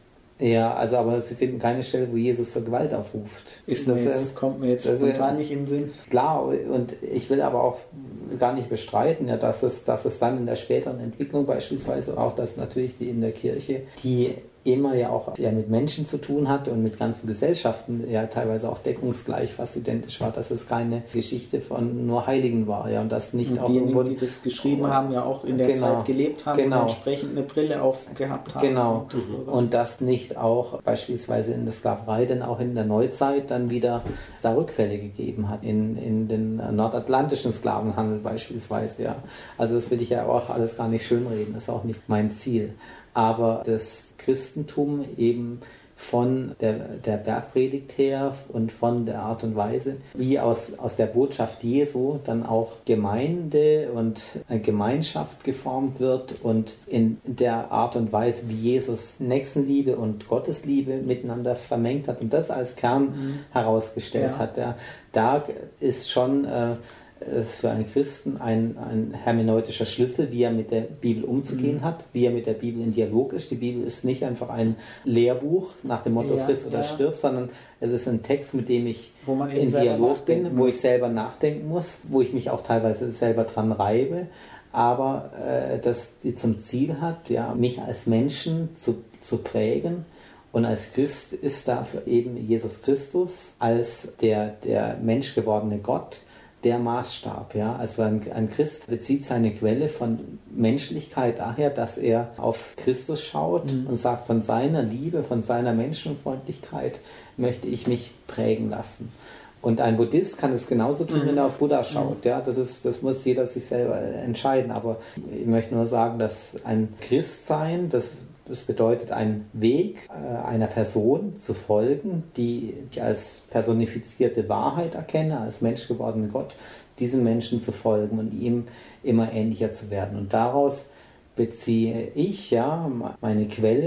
Ja, also aber Sie finden keine Stelle, wo Jesus zur Gewalt aufruft. Ist das, das jetzt, kommt mir jetzt das spontan nicht in den Sinn. Klar, und ich will aber auch gar nicht bestreiten, ja, dass es, dass es dann in der späteren Entwicklung beispielsweise auch, dass natürlich die in der Kirche, die immer ja auch ja, mit Menschen zu tun hatte und mit ganzen Gesellschaften ja teilweise auch deckungsgleich fast identisch war, dass es keine Geschichte von nur Heiligen war, ja, und das nicht und auch diejenigen, die das geschrieben haben, ja auch in der genau, Zeit gelebt haben genau, und entsprechend eine Brille aufgehabt haben. Genau, und das, und das nicht auch beispielsweise in der Sklaverei dann auch in der Neuzeit dann wieder da Rückfälle gegeben hat, in, in den nordatlantischen Sklavenhandel beispielsweise, ja. Also das will ich ja auch alles gar nicht schönreden, das ist auch nicht mein Ziel. Aber das Christentum eben von der, der Bergpredigt her und von der Art und Weise, wie aus, aus der Botschaft Jesu dann auch Gemeinde und Gemeinschaft geformt wird und in der Art und Weise, wie Jesus Nächstenliebe und Gottesliebe miteinander vermengt hat und das als Kern mhm. herausgestellt ja. hat. Ja, da ist schon... Äh, ist für einen Christen ein, ein hermeneutischer Schlüssel, wie er mit der Bibel umzugehen mhm. hat, wie er mit der Bibel in Dialog ist. Die Bibel ist nicht einfach ein Lehrbuch nach dem Motto ja, friss oder ja. stirb, sondern es ist ein Text, mit dem ich wo man in Dialog bin, wo ich selber nachdenken muss, wo ich mich auch teilweise selber dran reibe, aber äh, das die zum Ziel hat, ja, mich als Menschen zu, zu prägen. Und als Christ ist dafür eben Jesus Christus als der, der menschgewordene Gott, der Maßstab, ja. Also ein, ein Christ bezieht seine Quelle von Menschlichkeit daher, dass er auf Christus schaut mhm. und sagt, von seiner Liebe, von seiner Menschenfreundlichkeit möchte ich mich prägen lassen. Und ein Buddhist kann es genauso tun, mhm. wenn er auf Buddha schaut. Ja, das ist, das muss jeder sich selber entscheiden. Aber ich möchte nur sagen, dass ein Christsein, das Das bedeutet, einen Weg äh, einer Person zu folgen, die ich als personifizierte Wahrheit erkenne, als menschgewordenen Gott, diesem Menschen zu folgen und ihm immer ähnlicher zu werden. Und daraus beziehe ich ja meine Quelle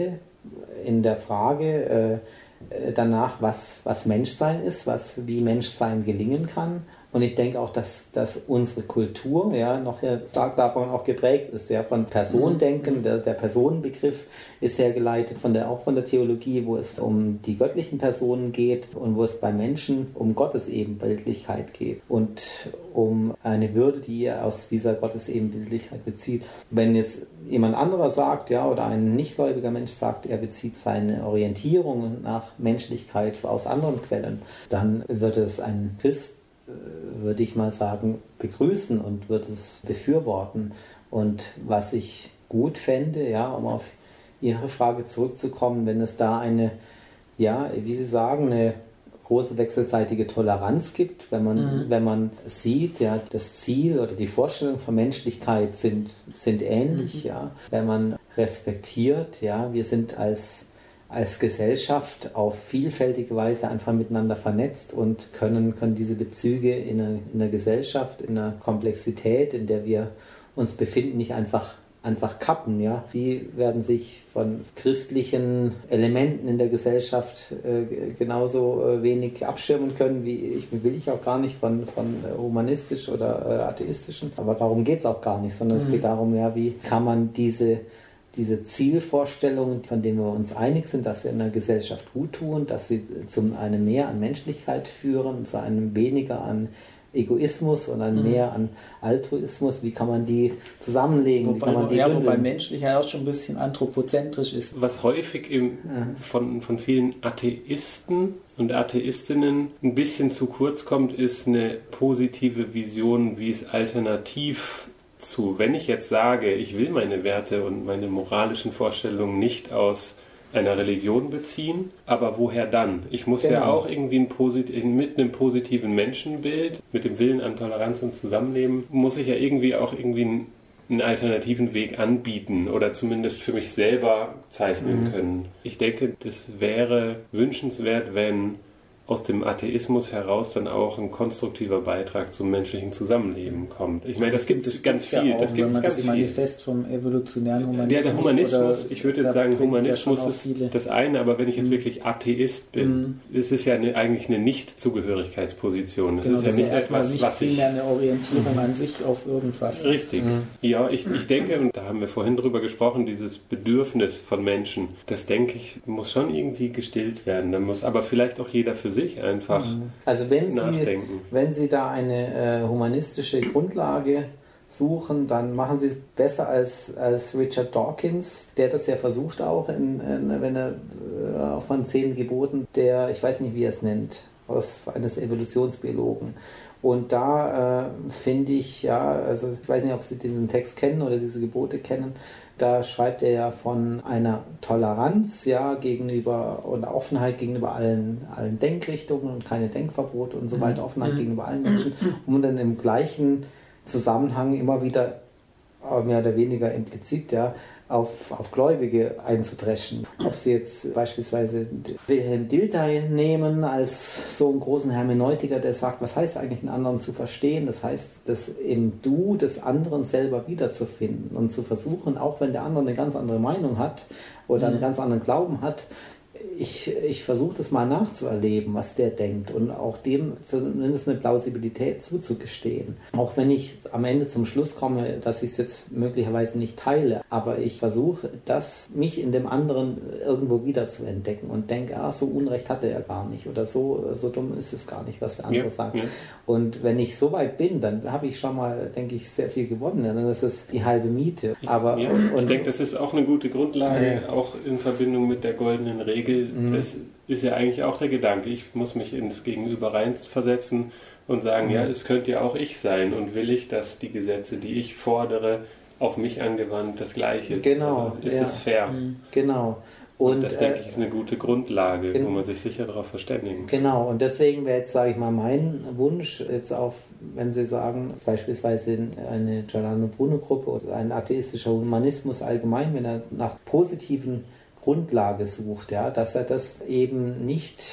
in der Frage äh, danach, was, was Menschsein ist, was, wie Menschsein gelingen kann. Und ich denke auch, dass, dass unsere Kultur ja noch ja stark davon auch geprägt ist, ja, von Personendenken. Der, der Personenbegriff ist hergeleitet von der, auch von der Theologie, wo es um die göttlichen Personen geht und wo es bei Menschen um Gottesebenbildlichkeit geht und um eine Würde, die er aus dieser Gottesebenbildlichkeit bezieht. Wenn jetzt jemand anderer sagt, ja, oder ein nichtgläubiger Mensch sagt, er bezieht seine Orientierung nach Menschlichkeit aus anderen Quellen, dann wird es ein Christ, würde ich mal sagen, begrüßen und würde es befürworten. Und was ich gut fände, ja, um auf Ihre Frage zurückzukommen, wenn es da eine, ja, wie Sie sagen, eine große wechselseitige Toleranz gibt, wenn man, mhm. wenn man sieht, ja, das Ziel oder die Vorstellung von Menschlichkeit sind, sind ähnlich, mhm. ja, wenn man respektiert, ja, wir sind als als Gesellschaft auf vielfältige Weise einfach miteinander vernetzt und können, können diese Bezüge in der, in der Gesellschaft, in der Komplexität, in der wir uns befinden, nicht einfach, einfach kappen. Ja? Die werden sich von christlichen Elementen in der Gesellschaft äh, genauso äh, wenig abschirmen können, wie ich will ich auch gar nicht von, von äh, humanistisch oder äh, atheistischen. Aber darum geht es auch gar nicht, sondern mhm. es geht darum, ja, wie kann man diese diese Zielvorstellungen, von denen wir uns einig sind, dass sie in der Gesellschaft gut tun, dass sie zu einem Mehr an Menschlichkeit führen, zu einem weniger an Egoismus und einem mhm. Mehr an Altruismus, wie kann man die zusammenlegen? Wobei, wie kann man die ja, wobei Menschlichkeit auch schon ein bisschen anthropozentrisch ist. Was häufig im, ja. von, von vielen Atheisten und Atheistinnen ein bisschen zu kurz kommt, ist eine positive Vision, wie es alternativ zu, wenn ich jetzt sage, ich will meine Werte und meine moralischen Vorstellungen nicht aus einer Religion beziehen, aber woher dann? Ich muss genau. ja auch irgendwie ein Posit- mit einem positiven Menschenbild, mit dem Willen an Toleranz und Zusammenleben, muss ich ja irgendwie auch irgendwie einen, einen alternativen Weg anbieten oder zumindest für mich selber zeichnen mhm. können. Ich denke, das wäre wünschenswert, wenn aus dem Atheismus heraus dann auch ein konstruktiver Beitrag zum menschlichen Zusammenleben kommt. Ich meine, das, das gibt es ganz viel. Ja auch, das gibt es ganz das Manifest vom evolutionären Humanismus. Ja, der Humanismus, ich würde jetzt sagen, Humanismus ja ist das eine, aber wenn ich jetzt mm. wirklich Atheist bin, mm. ist es ja eine, eigentlich eine Nicht-Zugehörigkeitsposition. Das genau, ist ja das nicht ist erstmal etwas, nicht was ich... primär eine Orientierung mm. an sich auf irgendwas. Richtig. Mm. Ja, ich, ich denke, und da haben wir vorhin drüber gesprochen, dieses Bedürfnis von Menschen, das denke ich, muss schon irgendwie gestillt werden. Da muss aber vielleicht auch jeder für sich einfach... Mm. Also wenn Sie, wenn Sie da eine äh, humanistische Grundlage suchen, dann machen Sie es besser als, als Richard Dawkins, der das ja versucht auch, in, in, wenn er äh, von zehn Geboten, der, ich weiß nicht, wie er es nennt, aus eines Evolutionsbiologen. Und da äh, finde ich, ja, also ich weiß nicht, ob Sie diesen Text kennen oder diese Gebote kennen, da schreibt er ja von einer Toleranz, ja, gegenüber und Offenheit gegenüber allen, allen Denkrichtungen und keine Denkverbote und so weiter, Offenheit mhm. gegenüber allen Menschen, um dann im gleichen Zusammenhang immer wieder mehr oder weniger implizit, ja, auf, auf Gläubige einzudreschen. Ob Sie jetzt beispielsweise Wilhelm Dilthey nehmen als so einen großen Hermeneutiker, der sagt, was heißt eigentlich einen anderen zu verstehen? Das heißt, das im Du des anderen selber wiederzufinden und zu versuchen, auch wenn der andere eine ganz andere Meinung hat oder einen ganz anderen Glauben hat, ich, ich versuche das mal nachzuerleben, was der denkt und auch dem zumindest eine Plausibilität zuzugestehen. Auch wenn ich am Ende zum Schluss komme, dass ich es jetzt möglicherweise nicht teile, aber ich versuche, das mich in dem anderen irgendwo wieder zu entdecken und denke, ah, so Unrecht hatte er gar nicht oder so, so dumm ist es gar nicht, was der andere ja, sagt. Ja. Und wenn ich so weit bin, dann habe ich schon mal, denke ich, sehr viel gewonnen. Dann ist es die halbe Miete. Aber, ja, und, ich denke, das ist auch eine gute Grundlage, ja. auch in Verbindung mit der goldenen Regel. Das ist ja eigentlich auch der Gedanke. Ich muss mich ins Gegenüber reinversetzen und sagen, mhm. ja, es könnte ja auch ich sein und will ich, dass die Gesetze, die ich fordere, auf mich angewandt das Gleiche ist. Genau. Also ist ja. das fair? Mhm. Genau. Und, und das, denke ich, ist eine gute Grundlage, gen- wo man sich sicher darauf verständigen kann. Genau, und deswegen wäre jetzt, sage ich mal, mein Wunsch, jetzt auf, wenn Sie sagen, beispielsweise eine Giordano Bruno-Gruppe oder ein atheistischer Humanismus allgemein, wenn er nach positiven Grundlage sucht, ja, dass er das eben nicht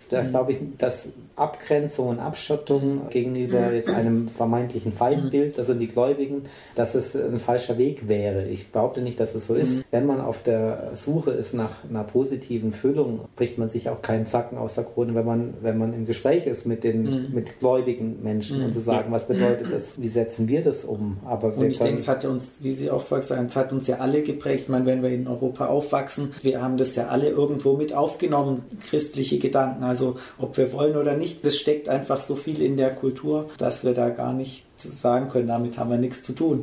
Da mhm. glaube ich, dass Abgrenzung und Abschottung gegenüber jetzt einem vermeintlichen Feindbild, also die Gläubigen, dass es ein falscher Weg wäre. Ich behaupte nicht, dass es so ist. Mhm. Wenn man auf der Suche ist nach einer positiven Füllung, bricht man sich auch keinen Zacken aus der Krone, wenn man, wenn man im Gespräch ist mit den mhm. mit gläubigen Menschen mhm. und zu sagen, was bedeutet das, wie setzen wir das um? Aber und ich denke, es hat uns, wie Sie auch vorhin sagen, es hat uns ja alle geprägt. Ich meine, wenn wir in Europa aufwachsen, wir haben das ja alle irgendwo mit aufgenommen, christliche Gedanken. Also ob wir wollen oder nicht, das steckt einfach so viel in der Kultur, dass wir da gar nicht sagen können, damit haben wir nichts zu tun.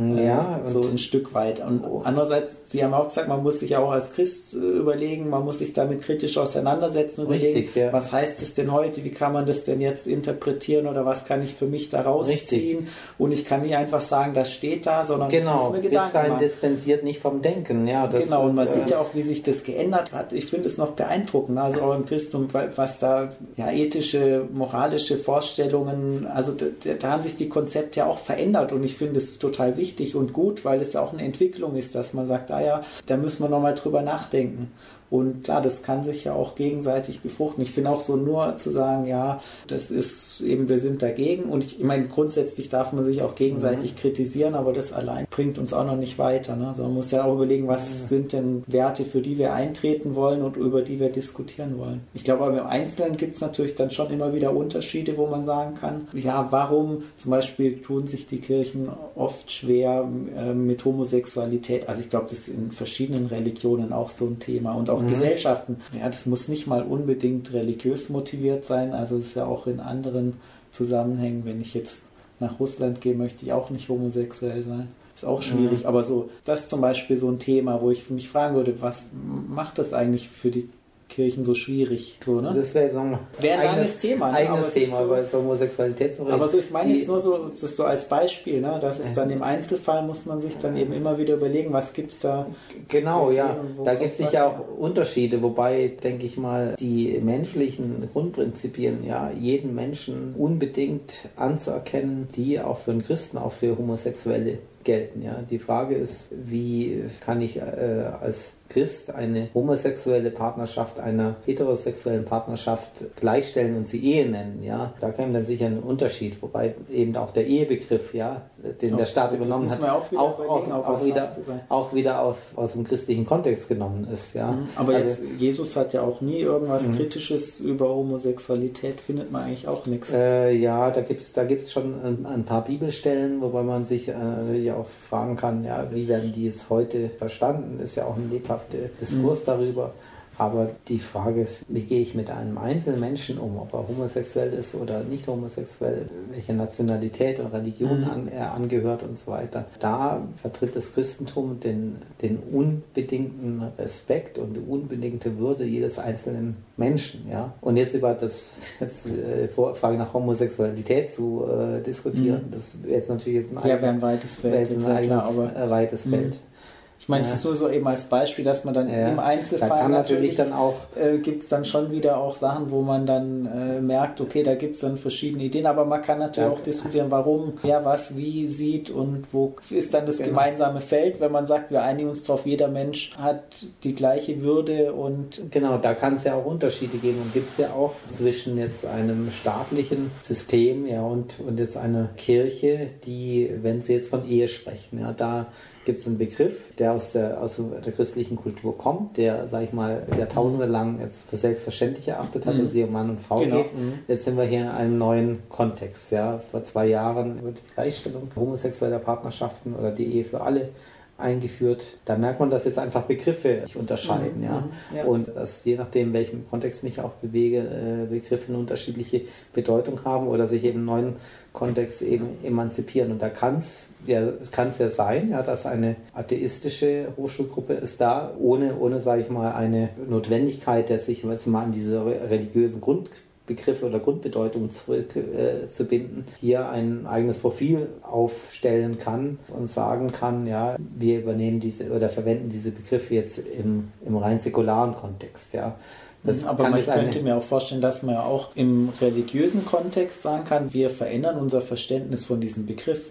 Ja, äh, so ein Stück weit. Und andererseits, Sie haben auch gesagt, man muss sich ja auch als Christ äh, überlegen, man muss sich damit kritisch auseinandersetzen und Richtig, überlegen, ja. was heißt es denn heute, wie kann man das denn jetzt interpretieren oder was kann ich für mich daraus Richtig. ziehen? Und ich kann nicht einfach sagen, das steht da, sondern genau. ich muss mir Gedanken Christsein machen. dispensiert nicht vom Denken. Ja, das, genau, und man äh, sieht ja auch, wie sich das geändert hat. Ich finde es noch beeindruckend, also auch im Christentum, was da ja ethische, moralische Vorstellungen, also da, da haben sich die Konzepte ja auch verändert. Verändert und ich finde es total wichtig und gut, weil es auch eine Entwicklung ist, dass man sagt, ah ja, da müssen wir nochmal drüber nachdenken. Und klar, das kann sich ja auch gegenseitig befruchten. Ich finde auch so nur zu sagen, ja, das ist eben, wir sind dagegen. Und ich, ich meine, grundsätzlich darf man sich auch gegenseitig mhm. kritisieren, aber das allein bringt uns auch noch nicht weiter. Ne? Also man muss ja auch überlegen, was mhm. sind denn Werte, für die wir eintreten wollen und über die wir diskutieren wollen. Ich glaube, aber im Einzelnen gibt es natürlich dann schon immer wieder Unterschiede, wo man sagen kann, ja, warum zum Beispiel tun sich die Kirchen oft schwer äh, mit Homosexualität. Also ich glaube, das ist in verschiedenen Religionen auch so ein Thema und auch Mhm. Gesellschaften. Ja, das muss nicht mal unbedingt religiös motiviert sein, also es ist ja auch in anderen Zusammenhängen, wenn ich jetzt nach Russland gehe, möchte ich auch nicht homosexuell sein. Ist auch schwierig, mhm. aber so, das ist zum Beispiel so ein Thema, wo ich mich fragen würde, was macht das eigentlich für die Kirchen so schwierig? So, ne? Das wäre so ein, wär ein eigenes Thema. Ne? Eigenes Thema, so, weil so Homosexualität zu reden. Aber so, ich meine jetzt nur so, das ist so als Beispiel, ne? Das ist dann im Einzelfall, muss man sich dann eben immer wieder überlegen, was gibt es da. Genau, ja. Da gibt es sicher auch Unterschiede, wobei, denke ich mal, die menschlichen Grundprinzipien, ja, jeden Menschen unbedingt anzuerkennen, die auch für einen Christen, auch für Homosexuelle gelten. Ja. Die Frage ist, wie kann ich äh, als Christ eine homosexuelle Partnerschaft einer heterosexuellen Partnerschaft gleichstellen und sie Ehe nennen, ja, da käme dann sicher ein Unterschied, wobei eben auch der Ehebegriff, ja, den der Staat übernommen hat, auch wieder, auch, auch, auch wieder, auch wieder auf, aus dem christlichen Kontext genommen ist, ja. Mhm. Aber also, jetzt, Jesus hat ja auch nie irgendwas mhm. Kritisches über Homosexualität, findet man eigentlich auch nichts. Äh, ja, da gibt es da gibt's schon ein, ein paar Bibelstellen, wobei man sich äh, ja auch fragen kann, ja, wie werden die es heute verstanden, ist ja auch ein lebhafter Diskurs mhm. darüber. Aber die Frage ist, wie gehe ich mit einem einzelnen Menschen um, ob er homosexuell ist oder nicht homosexuell, welche Nationalität und Religion mhm. an, er angehört und so weiter. Da vertritt das Christentum den, den unbedingten Respekt und die unbedingte Würde jedes einzelnen Menschen. Ja? Und jetzt über das jetzt, äh, Frage nach Homosexualität zu äh, diskutieren, mhm. das wäre jetzt natürlich jetzt ein eigenes, ja, ein weites Feld, ein eigenes, klar, aber, äh, weites mhm. Feld. Ich meine, es ja. ist nur so eben als Beispiel, dass man dann ja. im Einzelfall da kann natürlich, natürlich dann auch äh, gibt es dann schon wieder auch Sachen, wo man dann äh, merkt, okay, da gibt es dann verschiedene Ideen, aber man kann natürlich ja. auch diskutieren, warum wer was wie sieht und wo ist dann das genau. gemeinsame Feld, wenn man sagt, wir einigen uns darauf, jeder Mensch hat die gleiche Würde und genau, da kann es ja auch Unterschiede geben und gibt es ja auch zwischen jetzt einem staatlichen System ja und, und jetzt einer Kirche, die, wenn sie jetzt von Ehe sprechen, ja, da gibt es einen Begriff, der aus der, aus der christlichen Kultur kommt, der, sag ich mal, Jahrtausende lang jetzt für selbstverständlich erachtet hat, mhm. dass es hier um Mann und Frau genau. geht. Mhm. Jetzt sind wir hier in einem neuen Kontext. Ja. Vor zwei Jahren wurde die Gleichstellung homosexueller Partnerschaften oder die Ehe für alle eingeführt. Da merkt man, dass jetzt einfach Begriffe sich unterscheiden. Mhm. Ja. Ja. Und dass je nachdem, in welchem Kontext mich auch bewege, Begriffe eine unterschiedliche Bedeutung haben oder sich eben neuen Kontext eben emanzipieren. Und da kann es ja, ja sein, ja, dass eine atheistische Hochschulgruppe ist da, ohne, ohne sage ich mal, eine Notwendigkeit, der sich jetzt mal an diese religiösen Grundbegriffe oder Grundbedeutungen zurückzubinden, äh, hier ein eigenes Profil aufstellen kann und sagen kann, ja, wir übernehmen diese oder verwenden diese Begriffe jetzt im, im rein säkularen Kontext, ja. Das aber man könnte mir auch vorstellen, dass man auch im religiösen Kontext sagen kann, wir verändern unser Verständnis von diesem Begriff.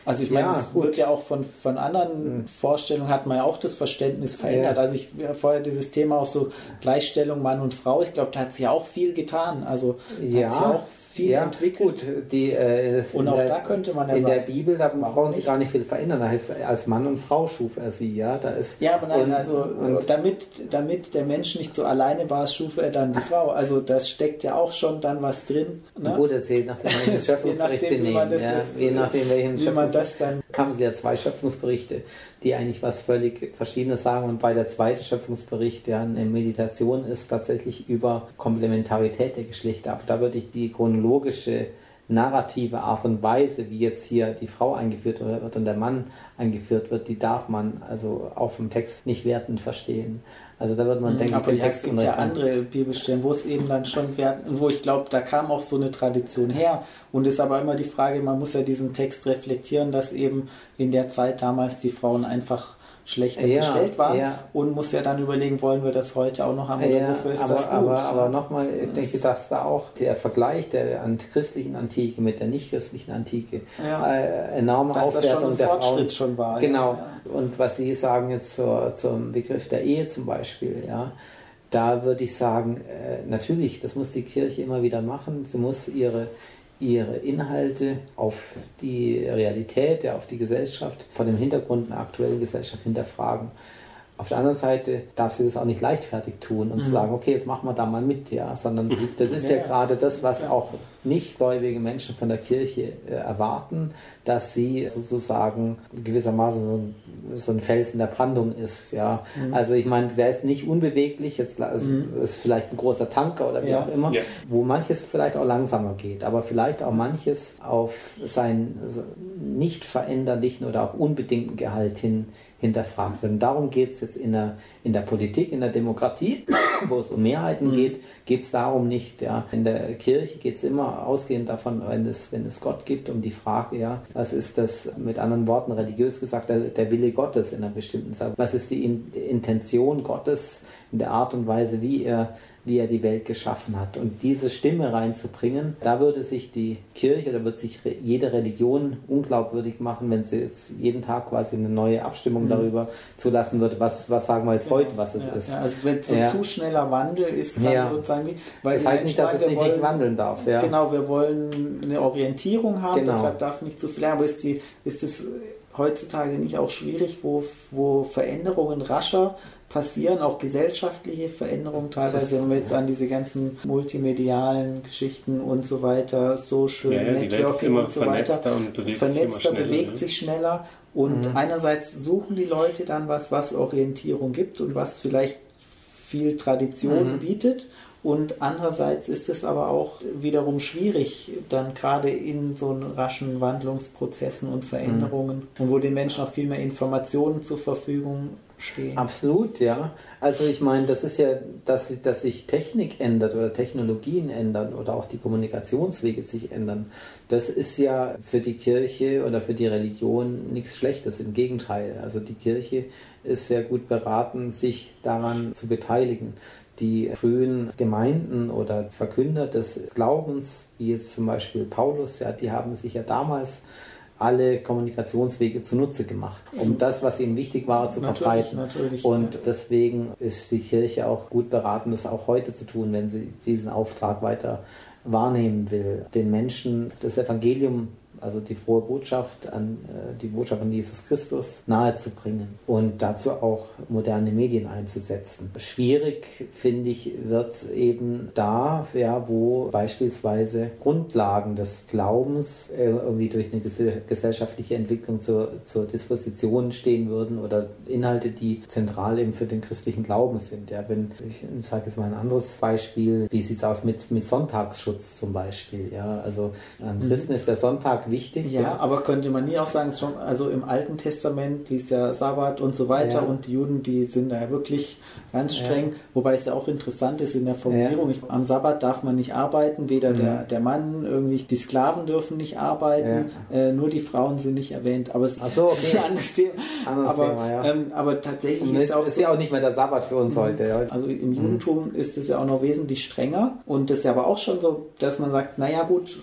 Also ich meine, Ja, es gut. wird ja auch von, von anderen Mhm. Vorstellungen hat man ja auch das Verständnis verändert. Ja. Also ich ja, vorher dieses Thema auch so Gleichstellung Mann und Frau, ich glaube, da hat sich ja auch viel getan. Also Ja, hat sich auch viel ja, entwickelt. Gut, die, äh, das Und in auch der, da könnte man ja in sagen, der Bibel, da warum brauchen sie nicht? gar nicht viel verändern. Da heißt als Mann und Frau schuf er sie, ja. Da ist, Ja, aber nein, und, also und, damit, damit der Mensch nicht so alleine war, schuf er dann die Frau. Also das steckt ja auch schon dann was drin. Ne? gut, das je nachdem, welchen Je Schöpfungsbericht nachdem, sie wie man nehmen. das Ja, jetzt, je nachdem, welchen wie man das Schöpfungsbericht. dann Haben sie ja zwei Schöpfungsberichte, die eigentlich was völlig Verschiedenes sagen. Und bei der zweite Schöpfungsbericht, der eine Meditation ist, tatsächlich über Komplementarität der Geschlechter. Aber da würde ich die chronologische narrative Art und Weise, wie jetzt hier die Frau eingeführt wird und der Mann eingeführt wird, die darf man also auch vom Text nicht wertend verstehen. Also da wird man, denke ich, aber den ja, es Text gibt ja unrecht an. andere Bibelstellen, wo es eben dann schon wert, wo ich glaube, da kam auch so eine Tradition her. Und ist aber immer die Frage, man muss ja diesen Text reflektieren, dass eben in der Zeit damals die Frauen einfach schlechter Ja, gestellt waren ja. und muss ja dann überlegen, wollen wir das heute auch noch haben oder Ja, wofür ist aber, das gut? aber, ja? aber nochmal, ich denke, dass da auch der Vergleich der ant- christlichen Antike mit der nicht-christlichen Antike Ja. äh, enorme Dass das Aufwertung schon ein der Fortschritt Frauen. schon war. Genau. Ja, Und was Sie sagen jetzt zur, zum Begriff der Ehe zum Beispiel, ja, da würde ich sagen, äh, natürlich, das muss die Kirche immer wieder machen. Sie muss ihre ihre Inhalte auf die Realität, ja, auf die Gesellschaft, vor dem Hintergrund einer aktuellen Gesellschaft hinterfragen. Auf der anderen Seite darf sie das auch nicht leichtfertig tun und Mhm. zu sagen, okay, jetzt machen wir da mal mit, ja, sondern Mhm. das ist Ja, ja, ja. gerade das, was Ja. auch nichtgläubige Menschen von der Kirche äh, erwarten, dass sie sozusagen gewissermaßen so ein, so ein Fels in der Brandung ist, ja. Mhm. Also ich meine, der ist nicht unbeweglich, jetzt also, Mhm. ist vielleicht ein großer Tanker oder wie Ja. auch immer, Ja. wo manches vielleicht auch langsamer geht, aber vielleicht auch manches auf seinen nicht veränderlichen oder auch unbedingten Gehalt hin hinterfragt wird. Und darum geht es jetzt in der, in der Politik, in der Demokratie, wo es um Mehrheiten Mhm. geht, geht es darum nicht. Ja. In der Kirche geht es immer ausgehend davon, wenn es, wenn es Gott gibt, um die Frage, ja, was ist das, mit anderen Worten religiös gesagt, der, der Wille Gottes in einer bestimmten Sache. Was ist die in, Intention Gottes in der Art und Weise, wie er wie er die Welt geschaffen hat. Und diese Stimme reinzubringen, da würde sich die Kirche oder wird sich jede Religion unglaubwürdig machen, wenn sie jetzt jeden Tag quasi eine neue Abstimmung mhm. darüber zulassen würde, was, was sagen wir jetzt genau. heute, was es ja, ist. Ja, also wenn es so ja. zu schneller Wandel ist, dann ja. sozusagen wie, weil das heißt nicht, dass es nicht, wollen, nicht wandeln darf. Ja. Genau, wir wollen eine Orientierung haben, genau. deshalb darf nicht zu viel, aber ist, die, ist es heutzutage nicht auch schwierig, wo, wo Veränderungen rascher passieren, auch gesellschaftliche Veränderungen teilweise, wenn wir jetzt an diese ganzen multimedialen Geschichten und so weiter, Social ja, ja, Networking und so weiter, und bewegt vernetzter, sich schneller, bewegt ne? sich schneller und mhm. einerseits suchen die Leute dann was, was Orientierung gibt und was vielleicht viel Tradition mhm. bietet. Und andererseits ist es aber auch wiederum schwierig, dann gerade in so einen raschen Wandlungsprozessen und Veränderungen, mhm. und wo den Menschen auch viel mehr Informationen zur Verfügung stehen. Absolut, ja. Also ich meine, das ist ja, dass, dass sich Technik ändert oder Technologien ändern oder auch die Kommunikationswege sich ändern. Das ist ja für die Kirche oder für die Religion nichts Schlechtes, im Gegenteil. Also die Kirche ist sehr gut beraten, sich daran zu beteiligen. Die frühen Gemeinden oder Verkünder des Glaubens, wie jetzt zum Beispiel Paulus, ja, die haben sich ja damals alle Kommunikationswege zunutze gemacht, um das, was ihnen wichtig war, zu natürlich, verbreiten. Natürlich, und ja. deswegen ist die Kirche auch gut beraten, das auch heute zu tun, wenn sie diesen Auftrag weiter wahrnehmen will, den Menschen das Evangelium, also die frohe Botschaft, an äh, die Botschaft an Jesus Christus nahezubringen und dazu auch moderne Medien einzusetzen. Schwierig, finde ich, wird eben da, ja, wo beispielsweise Grundlagen des Glaubens äh, irgendwie durch eine ges- gesellschaftliche Entwicklung zur, zur Disposition stehen würden oder Inhalte, die zentral eben für den christlichen Glauben sind. Ja, wenn, ich sage jetzt mal ein anderes Beispiel, wie sieht es aus mit, mit Sonntagsschutz zum Beispiel? Ja, also an Mhm. Christen ist der Sonntag wichtig. Ja, ja, aber könnte man nie auch sagen, schon, also im Alten Testament ist ja Sabbat und so weiter, ja. und die Juden, die sind da ja wirklich ganz streng, ja. Wobei es ja auch interessant ist in der Formulierung, ja. ich, am Sabbat darf man nicht arbeiten, weder mhm. der, der Mann, irgendwie die Sklaven dürfen nicht arbeiten, ja. äh, nur die Frauen sind nicht erwähnt, aber es so, okay. ist ein anderes Thema. Anderes aber, Thema, ja. ähm, aber tatsächlich und ist ja auch ist so, ja auch nicht mehr der Sabbat für uns mhm. heute. Ja. Also im Judentum mhm. ist es ja auch noch wesentlich strenger, und das ist ja aber auch schon so, dass man sagt, naja gut,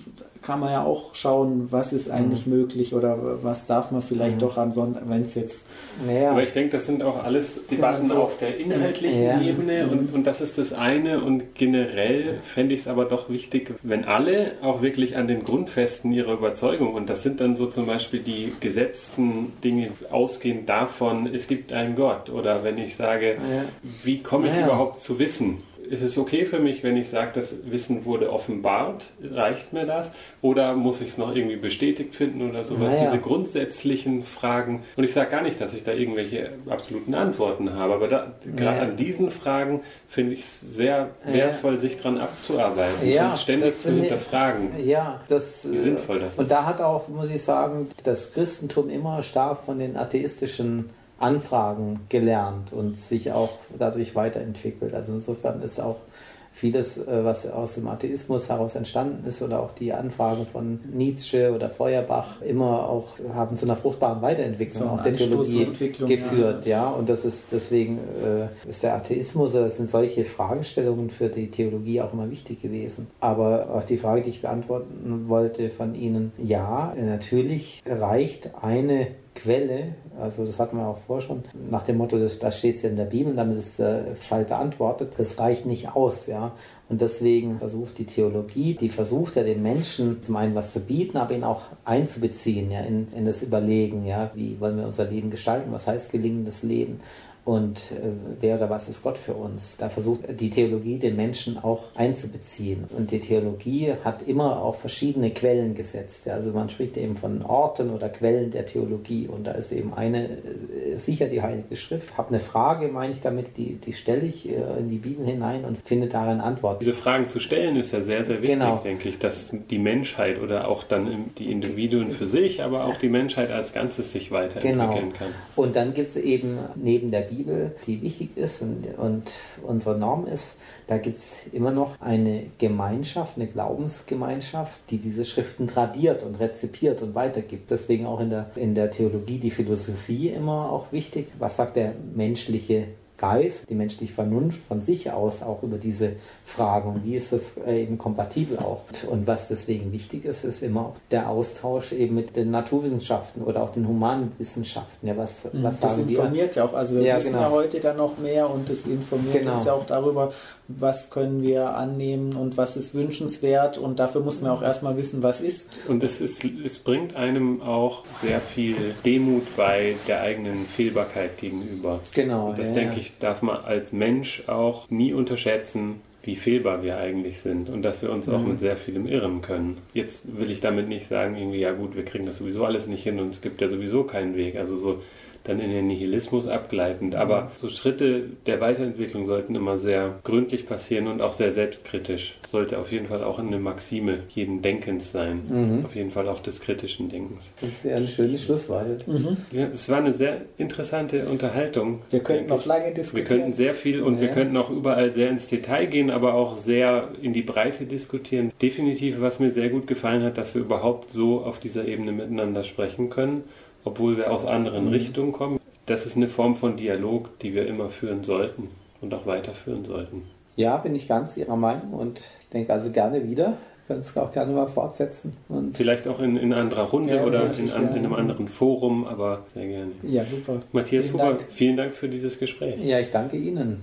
kann man ja auch schauen, was ist eigentlich mhm. möglich oder was darf man vielleicht mhm. doch am Sonntag, wenn es jetzt... Ja. Aber ich denke, das sind auch alles Debatten so auf der inhaltlichen ja. Ebene und, und das ist das eine und generell fände ich es aber doch wichtig, wenn alle auch wirklich an den Grundfesten ihrer Überzeugung, und das sind dann so zum Beispiel die gesetzten Dinge ausgehend davon, es gibt einen Gott, oder wenn ich sage, ja. wie komme ich ja. überhaupt zu Wissen? Ist es okay für mich, wenn ich sage, das Wissen wurde offenbart? Reicht mir das? Oder muss ich es noch irgendwie bestätigt finden oder sowas? Naja. Diese grundsätzlichen Fragen. Und ich sage gar nicht, dass ich da irgendwelche absoluten Antworten habe, aber da, gerade an diesen Fragen finde ich es sehr wertvoll, ja. sich dran abzuarbeiten ja, und ständig zu hinterfragen, ja, das, wie sinnvoll das ist. Und da hat auch, muss ich sagen, das Christentum immer stark von den atheistischen Anfragen gelernt und sich auch dadurch weiterentwickelt. Also insofern ist auch vieles, was aus dem Atheismus heraus entstanden ist oder auch die Anfragen von Nietzsche oder Feuerbach immer auch haben zu einer fruchtbaren Weiterentwicklung so auch der Theologie geführt. Ja. ja, und das ist deswegen äh, ist der Atheismus, das sind solche Fragestellungen für die Theologie auch immer wichtig gewesen. Aber auf die Frage, die ich beantworten wollte von Ihnen, ja, natürlich reicht eine Quelle, also das hatten wir auch vorher schon, nach dem Motto, das, das steht ja in der Bibel, damit ist der Fall beantwortet, das reicht nicht aus, ja. Und deswegen versucht die Theologie, die versucht ja den Menschen zum einen was zu bieten, aber ihn auch einzubeziehen, ja, in, in das Überlegen, ja, wie wollen wir unser Leben gestalten, was heißt gelingendes Leben? Und äh, wer oder was ist Gott für uns? Da versucht die Theologie den Menschen auch einzubeziehen. Und die Theologie hat immer auch verschiedene Quellen gesetzt. Ja. Also man spricht eben von Orten oder Quellen der Theologie. Und da ist eben eine, äh, sicher die Heilige Schrift. Ich habe eine Frage, meine ich damit, die, die stelle ich äh, in die Bibel hinein und finde darin Antworten. Diese Fragen zu stellen ist ja sehr, sehr wichtig, genau. denke ich, dass die Menschheit oder auch dann die Individuen für sich, aber auch die Menschheit als Ganzes sich weiterentwickeln genau. kann. Und dann gibt es eben neben der Bibel Bibel, die wichtig ist und, und unsere Norm ist, da gibt es immer noch eine Gemeinschaft, eine Glaubensgemeinschaft, die diese Schriften tradiert und rezipiert und weitergibt. Deswegen auch in der, in der Theologie die Philosophie immer auch wichtig. Was sagt der menschliche Geist, die menschliche Vernunft von sich aus auch über diese Fragen und wie ist das eben kompatibel auch. Und was deswegen wichtig ist, ist immer auch der Austausch eben mit den Naturwissenschaften oder auch den Humanwissenschaften. Ja, was, was das sagen informiert wir? ja auch, also wir ja, wissen genau. ja heute dann noch mehr und das informiert genau. uns ja auch darüber, was können wir annehmen und was ist wünschenswert und dafür muss man auch erstmal wissen, was ist. Und es, ist, es bringt einem auch sehr viel Demut bei der eigenen Fehlbarkeit gegenüber. Genau. Und das ja, denke ja. ich, darf man als Mensch auch nie unterschätzen, wie fehlbar wir eigentlich sind und dass wir uns auch mhm. mit sehr vielem irren können. Jetzt will ich damit nicht sagen, irgendwie, ja gut, wir kriegen das sowieso alles nicht hin und es gibt ja sowieso keinen Weg. Also so dann in den Nihilismus abgleitend. Aber so Schritte der Weiterentwicklung sollten immer sehr gründlich passieren und auch sehr selbstkritisch. Sollte auf jeden Fall auch eine Maxime jeden Denkens sein. Mhm. Auf jeden Fall auch des kritischen Denkens. Das ist ja ein schönes Schlusswort. Mhm. Ja, es war eine sehr interessante Unterhaltung. Wir könnten noch lange diskutieren. Wir könnten sehr viel und ja. wir könnten auch überall sehr ins Detail gehen, aber auch sehr in die Breite diskutieren. Definitiv, was mir sehr gut gefallen hat, dass wir überhaupt so auf dieser Ebene miteinander sprechen können, obwohl wir aus anderen mhm. Richtungen kommen. Das ist eine Form von Dialog, die wir immer führen sollten und auch weiterführen sollten. Ja, bin ich ganz Ihrer Meinung und ich denke also gerne wieder. Wir können es auch gerne mal fortsetzen. Und vielleicht auch in, in anderer Runde ja, oder ich, in, ja. in einem anderen Forum, aber sehr gerne. Ja, super. Matthias vielen Huber, Dank. vielen Dank für dieses Gespräch. Ja, ich danke Ihnen.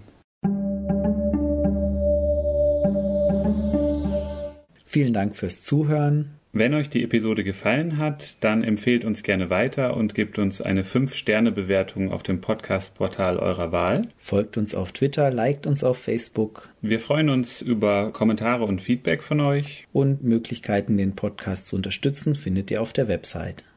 Vielen Dank fürs Zuhören. Wenn euch die Episode gefallen hat, dann empfehlt uns gerne weiter und gebt uns eine fünf Sterne Bewertung auf dem Podcast-Portal eurer Wahl. Folgt uns auf Twitter, liked uns auf Facebook. Wir freuen uns über Kommentare und Feedback von euch. Und Möglichkeiten, den Podcast zu unterstützen, findet ihr auf der Website.